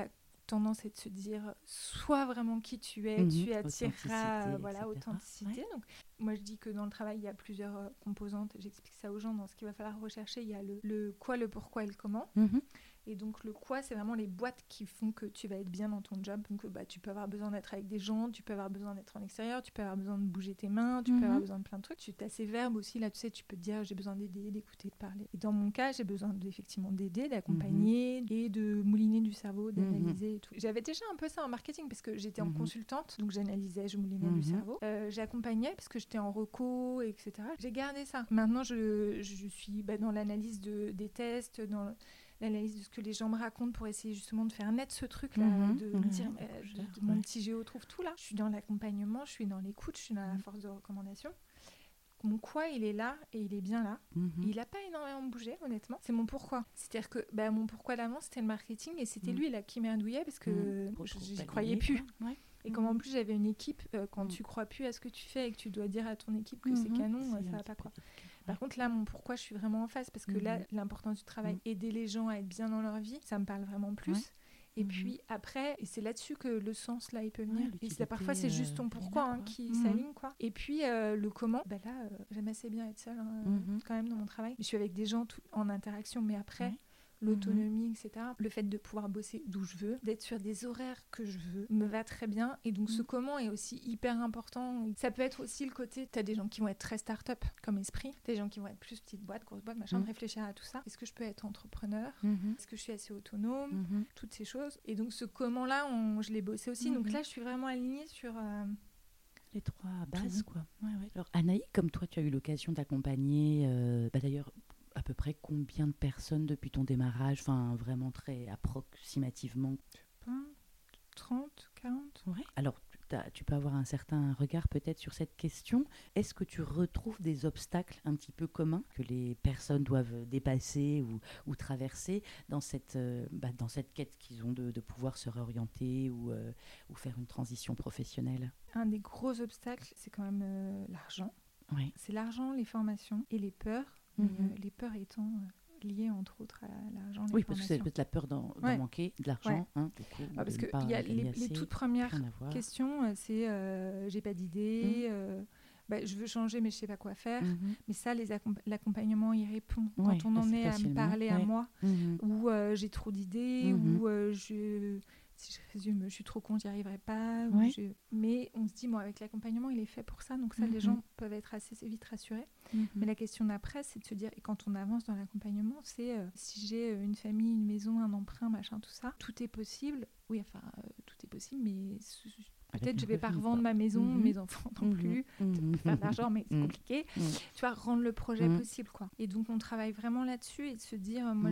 tendance est de se dire sois vraiment qui tu es, tu attireras authenticité. Donc moi je dis que dans le travail il y a plusieurs composantes, j'explique ça aux gens. Dans ce qu'il va falloir rechercher, il y a le quoi, le pourquoi et le comment. Et donc le quoi, c'est vraiment les boîtes qui font que tu vas être bien dans ton job. Donc tu peux avoir besoin d'être avec des gens, tu peux avoir besoin d'être en extérieur, tu peux avoir besoin de bouger tes mains, tu peux avoir besoin de plein de trucs. Tu as ces verbes aussi, là tu sais, tu peux te dire j'ai besoin d'aider, d'écouter, de parler. Et dans mon cas, j'ai besoin effectivement d'aider, d'accompagner et de mouliner du cerveau, d'analyser et tout. J'avais déjà un peu ça en marketing parce que j'étais en consultante, donc j'analysais, je moulinais du cerveau. J'accompagnais parce que j'étais en reco, etc. J'ai gardé ça. Maintenant, je suis dans l'analyse des tests, dans l'analyse de ce que les gens me racontent pour essayer justement de faire naître ce truc-là, de me dire, mon petit Géo trouve tout là. Je suis dans l'accompagnement, je suis dans l'écoute, je suis dans la force de recommandation. Mon quoi, il est là et il est bien là. Il n'a pas énormément bougé, honnêtement. C'est mon pourquoi. C'est-à-dire que mon pourquoi d'avant, c'était le marketing et c'était lui là qui merdouillait parce que j'y croyais plus. Et comme en plus j'avais une équipe, quand tu crois plus à ce que tu fais et que tu dois dire à ton équipe que c'est canon, ça va pas quoi. Par contre là, mon pourquoi, je suis vraiment en face parce que là, l'importance du travail, aider les gens à être bien dans leur vie, ça me parle vraiment plus. Et puis après, et c'est là-dessus que le sens là il peut venir. Et parfois c'est juste ton pourquoi qui s'aligne quoi. Et puis le comment, là j'aime assez bien être seule quand même dans mon travail. Je suis avec des gens en interaction, mais après l'autonomie, etc. Le fait de pouvoir bosser d'où je veux, d'être sur des horaires que je veux, me va très bien. Et donc ce comment est aussi hyper important. Ça peut être aussi le côté, t'as des gens qui vont être très start-up comme esprit, des gens qui vont être plus petite boîte, grosse boîte, machin, de réfléchir à tout ça. Est-ce que je peux être entrepreneur? Est-ce que je suis assez autonome? Toutes ces choses. Et donc ce comment-là, je l'ai bossé aussi. Donc là, je suis vraiment alignée sur... les trois bases, quoi. Alors, Anaï, comme toi, tu as eu l'occasion d'accompagner, d'ailleurs, à peu près combien de personnes depuis ton démarrage, enfin vraiment très approximativement? 30, 40. Ouais. Alors tu peux avoir un certain regard peut-être sur cette question. Est-ce que tu retrouves des obstacles un petit peu communs que les personnes doivent dépasser ou traverser dans cette quête qu'ils ont de pouvoir se réorienter ou faire une transition professionnelle? Un des gros obstacles, c'est quand même l'argent. Oui. C'est l'argent, les formations et les peurs. Les peurs étant liées entre autres à l'argent. Oui, parce que c'est peut-être la peur d'en manquer de l'argent. Du coup, parce qu'il y a les toutes premières questions, c'est j'ai pas d'idée, je veux changer mais je sais pas quoi faire. Mais ça, l'accompagnement y répond. Quand on en est à me parler à moi, ou j'ai trop d'idées, ou si je résume, je suis trop con, j'y arriverai pas. Mais on se dit, avec l'accompagnement, il est fait pour ça. Donc ça, les gens peuvent être assez vite rassurés. Mais la question d'après, c'est de se dire, et quand on avance dans l'accompagnement, c'est si j'ai une famille, une maison, un emprunt, machin, tout ça, tout est possible. Oui, enfin, tout est possible, mais peut-être je vais pas revendre ma maison, mes enfants non plus. Faire de l'argent, mais c'est compliqué. Tu vois, rendre le projet possible, quoi. Et donc, on travaille vraiment là-dessus et de se dire, moi,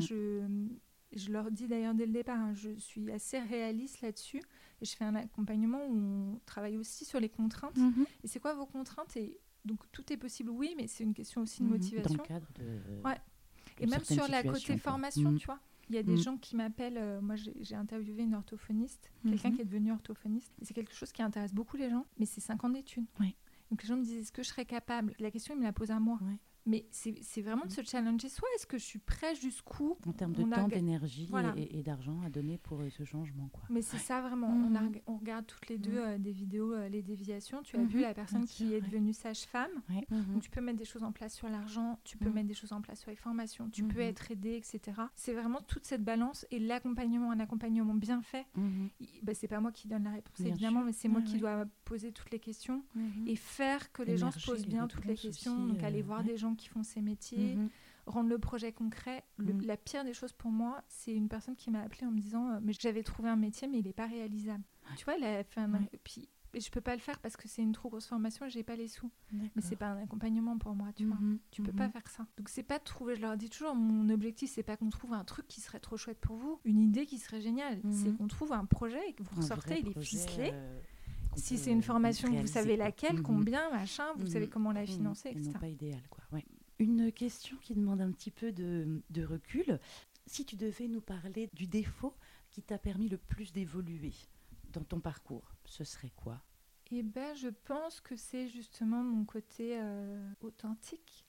je leur dis d'ailleurs dès le départ, je suis assez réaliste là-dessus. Et je fais un accompagnement où on travaille aussi sur les contraintes. Et c'est quoi vos contraintes? Et donc, tout est possible, oui, mais c'est une question aussi de motivation. Dans le cadre de... Et même sur la côté formation, tu vois. Il y a des gens qui m'appellent. Moi, j'ai interviewé une orthophoniste, quelqu'un qui est devenu orthophoniste. Et c'est quelque chose qui intéresse beaucoup les gens, mais c'est 5 ans d'études. Donc, les gens me disent, est-ce que je serais capable? La question, ils me la posent à moi. Mais c'est vraiment de se challenger. Soit est-ce que je suis prêt jusqu'où en termes de temps, d'énergie et d'argent à donner pour ce changement, quoi. Mais c'est ça vraiment. On regarde toutes les deux des vidéos, les déviations. Tu as vu la personne qui est devenue sage-femme. Donc tu peux mettre des choses en place sur l'argent, tu peux mettre des choses en place sur les formations, tu peux être aidé, etc. C'est vraiment toute cette balance et l'accompagnement, un accompagnement bien fait. C'est pas moi qui donne la réponse évidemment, mais c'est moi qui dois poser toutes les questions et faire que les gens se posent bien toutes les questions. Donc aller voir des gens qui font ces métiers, rendre le projet concret. La pire des choses pour moi, c'est une personne qui m'a appelée en me disant mais j'avais trouvé un métier mais il n'est pas réalisable. Tu vois, elle a fait puis je peux pas le faire parce que c'est une trop grosse formation et j'ai pas les sous. Mais c'est pas un accompagnement pour moi, tu vois. Tu peux pas faire ça. Donc c'est pas de trouver, je leur dis toujours, mon objectif c'est pas qu'on trouve un truc qui serait trop chouette pour vous, une idée qui serait géniale, c'est qu'on trouve un projet et que vous ressortez, il est ficelé. Si c'est une formation, vous savez laquelle, combien, machin, vous savez comment la financer, etc. Non, pas idéal, quoi. Une question qui demande un petit peu de recul. Si tu devais nous parler du défaut qui t'a permis le plus d'évoluer dans ton parcours, ce serait quoi? Je pense que c'est justement mon côté authentique.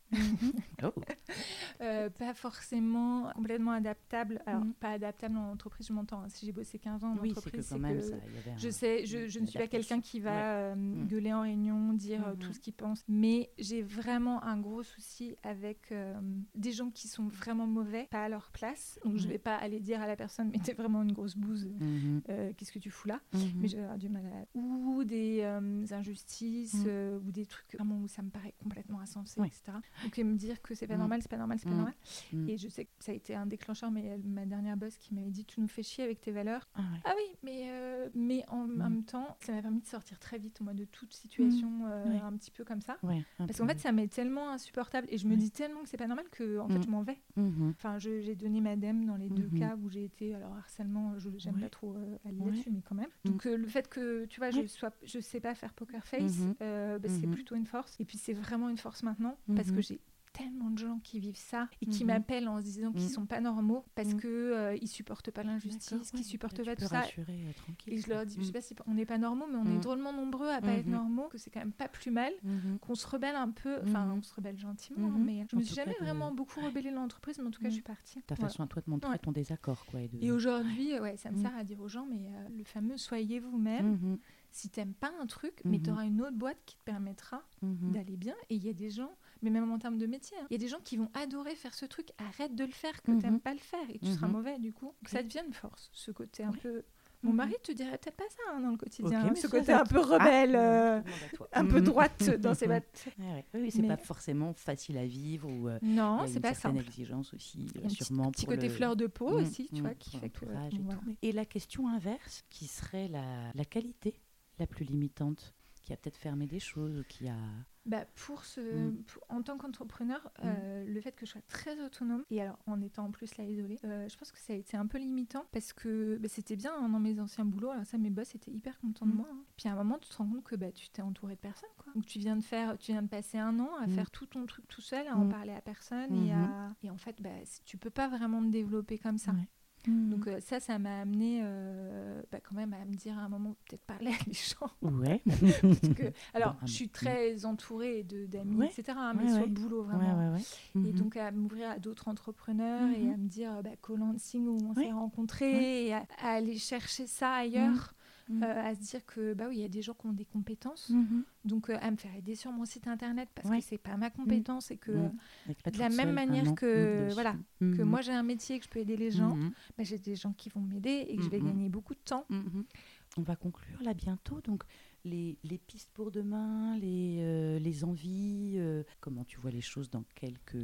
Oh. Pas forcément complètement adaptable. Alors, pas adaptable en entreprise, je m'entends. Si j'ai bossé 15 ans en entreprise, c'est que ça, y avait je ne suis pas quelqu'un qui va gueuler en réunion, dire tout ce qu'il pense. Mais j'ai vraiment un gros souci avec des gens qui sont vraiment mauvais, pas à leur place. Donc, je ne vais pas aller dire à la personne, mais t'es vraiment une grosse bouse, qu'est-ce que tu fous là? Mais j'ai du mal à... Ou des injustices, ou des trucs vraiment où ça me paraît complètement insensé, etc. Donc, me dire que c'est pas normal, c'est pas normal, c'est pas normal. Et je sais que ça a été un déclencheur, mais ma dernière boss qui m'avait dit tu nous fais chier avec tes valeurs. Ah oui, mais en même temps, ça m'a permis de sortir très vite moi de toute situation un petit peu comme ça. Parce qu'en fait, ça m'est tellement insupportable et je me dis tellement que c'est pas normal que en fait je m'en vais. Enfin, j'ai donné ma dème dans les deux cas où j'ai été alors harcèlement, j'aime pas trop aller là-dessus, mais quand même. Donc le fait que tu vois, je sais pas faire poker face, c'est plutôt une force. Et puis c'est vraiment une force maintenant parce que j'ai tellement de gens qui vivent ça et qui m'appellent en se disant qu'ils sont pas normaux parce que ils supportent pas l'injustice, qu'ils supportent pas tout ça. Et je leur dis, je sais pas si on n'est pas normaux, mais on est drôlement nombreux à pas être normaux, que c'est quand même pas plus mal, qu'on se rebelle un peu, enfin on se rebelle gentiment, mais je me suis jamais vraiment beaucoup rebellée dans l'entreprise, mais en tout cas je suis partie. Ta façon à toi de montrer ton désaccord, quoi. Et aujourd'hui, ça me sert à dire aux gens, mais le fameux soyez vous-même. Si t'aimes pas un truc, mais t'auras une autre boîte qui te permettra d'aller bien. Et il y a des gens, mais même en termes de métier, il y a des gens qui vont adorer faire ce truc. Arrête de le faire, que t'aimes pas le faire et tu seras mauvais du coup. Donc ça devient une force, ce côté un peu... Mon mari te dirait peut-être pas ça dans le quotidien, ce côté un peu rebelle, un peu droite dans ses battes. Oui, c'est pas forcément facile à vivre ou non, c'est pas simple. Une exigence aussi, sûrement. Un petit côté fleur de peau aussi, tu vois, qui fait que... Et la question inverse, qui serait la qualité la plus limitante, qui a peut-être fermé des choses, qui a... En tant qu'entrepreneur, le fait que je sois très autonome, et alors en étant en plus là isolée, je pense que ça a été un peu limitant parce que c'était bien dans mes anciens boulots, alors ça mes boss étaient hyper contents de moi. Puis à un moment tu te rends compte que tu t'es entouré de personne, quoi. Donc tu viens de passer un an à faire tout ton truc tout seul, à en parler à personne et en fait tu peux pas vraiment te développer comme ça. Donc ça m'a amené quand même à me dire à un moment peut-être parler à des gens. Parce que, alors je suis très entourée d'amis, etc. Mais sur le boulot vraiment. Et donc à m'ouvrir à d'autres entrepreneurs et à me dire co-lancing où on s'est rencontrés et à aller chercher ça ailleurs. À se dire que il y a des gens qui ont des compétences, donc à me faire aider sur mon site internet parce que c'est pas ma compétence et que de la même manière que que moi j'ai un métier et que je peux aider les gens, j'ai des gens qui vont m'aider et que je vais gagner beaucoup de temps. On va conclure là bientôt, donc les pistes pour demain, les envies, comment tu vois les choses dans quelques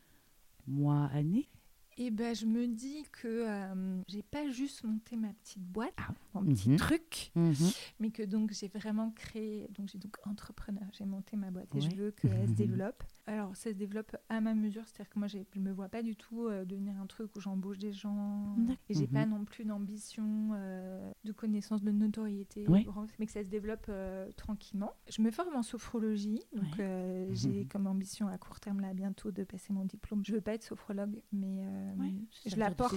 mois, années? Et je me dis que j'ai pas juste monté ma petite boîte, mon petit truc, mais que donc j'ai vraiment créé, donc j'ai donc entrepreneur, j'ai monté ma boîte et je veux qu'elle se développe. Alors ça se développe à ma mesure, c'est-à-dire que moi je me vois pas du tout devenir un truc où j'embauche des gens et j'ai pas non plus d'ambition de connaissance, de notoriété, mais que ça se développe tranquillement. Je me forme en sophrologie, donc j'ai comme ambition à court terme là bientôt de passer mon diplôme. Je veux pas être sophrologue, mais je l'apporte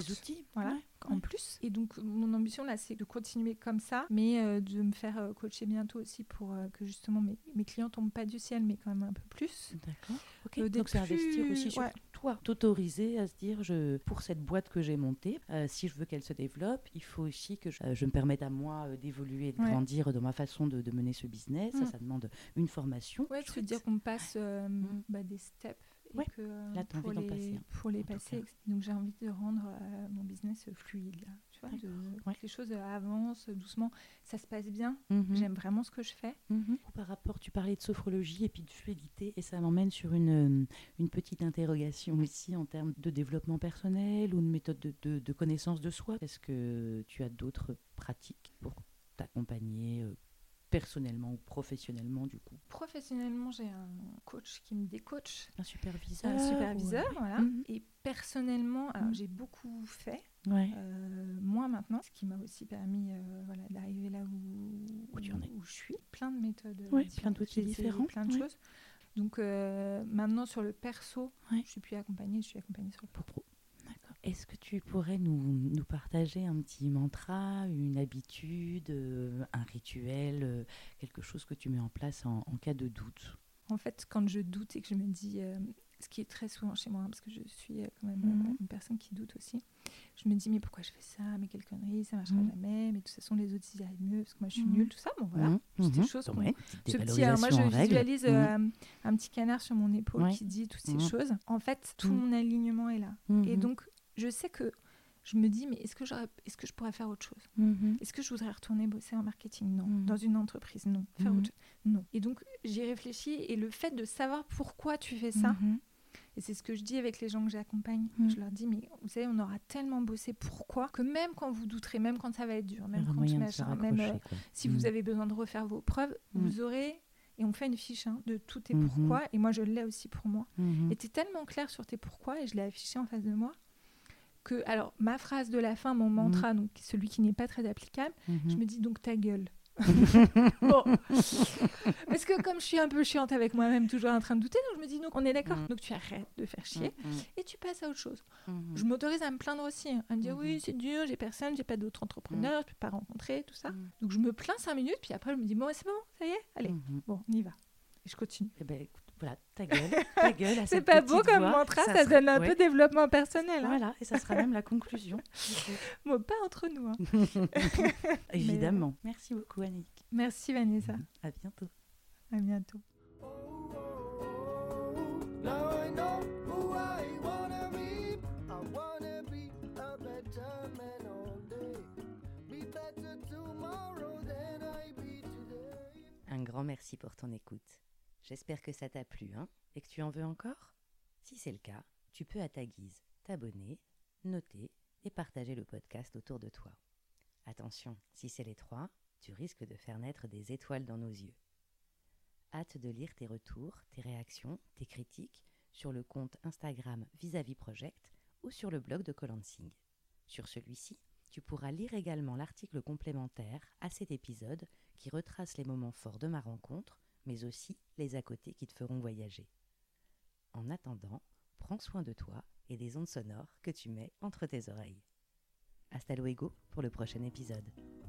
en plus. Et donc mon ambition là c'est de continuer comme ça, mais de me faire coacher bientôt aussi pour que justement mes clients tombent pas du ciel mais quand même un peu plus. D'accord. Donc c'est investir aussi sur toi, t'autoriser à se dire pour cette boîte que j'ai montée, si je veux qu'elle se développe, il faut aussi que je me permette à moi d'évoluer et de grandir dans ma façon de mener ce business. Ça demande une formation. Je veux dire qu'on passe des steps. Et que, là, tu as envie d'en passer. Pour les passer. Donc, j'ai envie de rendre mon business fluide. Là, tu vois, que les choses avancent doucement. Ça se passe bien. J'aime vraiment ce que je fais. Par rapport, tu parlais de sophrologie et puis de fluidité. Et ça m'emmène sur une petite interrogation aussi en termes de développement personnel ou de méthode de connaissance de soi. Est-ce que tu as d'autres pratiques pour t'accompagner personnellement ou professionnellement du coup? Professionnellement, j'ai un coach qui me décoach. Un superviseur. Voilà. Et personnellement, alors, j'ai beaucoup fait, moins maintenant, ce qui m'a aussi permis d'arriver là où je suis. Plein de méthodes, plein d'outils différents. Plein de choses. Donc maintenant, sur le perso, je suis plus accompagnée, je suis accompagnée sur le pro. Est-ce que tu pourrais nous partager un petit mantra, une habitude, un rituel, quelque chose que tu mets en place en cas de doute? En fait, quand je doute et que je me dis ce qui est très souvent chez moi, parce que je suis quand même une personne qui doute aussi. Je me dis, mais pourquoi je fais ça? Mais quelle connerie, ça marchera jamais. Mais de toute façon, les autres, ils y arrivent mieux, parce que moi, je suis nulle, tout ça. Bon, voilà. C'est des choses. Ouais, ce petit, moi, je visualise un petit canard sur mon épaule qui dit toutes ces choses. En fait, tout mon alignement est là. Et donc, je sais que je me dis, mais est-ce que je pourrais faire autre chose? Est-ce que je voudrais retourner bosser en marketing? Non. Dans une entreprise? Non. Faire autre chose? Non. Et donc, j'y réfléchis. Et le fait de savoir pourquoi tu fais ça, et c'est ce que je dis avec les gens que j'accompagne, je leur dis, mais vous savez, on aura tellement bossé pourquoi, que même quand vous douterez, même quand ça va être dur, même quand si vous avez besoin de refaire vos preuves, vous aurez... Et on fait une fiche de tous tes pourquoi. Et moi, je l'ai aussi pour moi. Et tu es tellement clair sur tes pourquoi, et je l'ai affiché en face de moi, que, alors, ma phrase de la fin, mon mantra, donc celui qui n'est pas très applicable, je me dis donc ta gueule. Bon. Parce que comme je suis un peu chiante avec moi-même, toujours en train de douter, donc je me dis donc on est d'accord, donc tu arrêtes de faire chier et tu passes à autre chose. Je m'autorise à me plaindre aussi, à me dire oui c'est dur, j'ai personne, j'ai pas d'autres entrepreneurs, je peux pas rencontrer, tout ça. Donc je me plains 5 minutes, puis après je me dis bon c'est bon, ça y est, allez, bon on y va. Et je continue. Eh ben, écoute, voilà, ta gueule. À c'est pas beau comme mantra, ça donne un peu développement personnel. Voilà, et ça sera même la conclusion. Bon, pas entre nous. Évidemment. Merci beaucoup, Annick. Merci, Vanessa. À bientôt. À bientôt. Un grand merci pour ton écoute. J'espère que ça t'a plu, et que tu en veux encore? Si c'est le cas, tu peux à ta guise t'abonner, noter et partager le podcast autour de toi. Attention, si c'est les 3, tu risques de faire naître des étoiles dans nos yeux. Hâte de lire tes retours, tes réactions, tes critiques sur le compte Instagram Vis-à-vis Project ou sur le blog de Colansing. Sur celui-ci, tu pourras lire également l'article complémentaire à cet épisode qui retrace les moments forts de ma rencontre, mais aussi les à côté qui te feront voyager. En attendant, prends soin de toi et des ondes sonores que tu mets entre tes oreilles. Hasta luego pour le prochain épisode.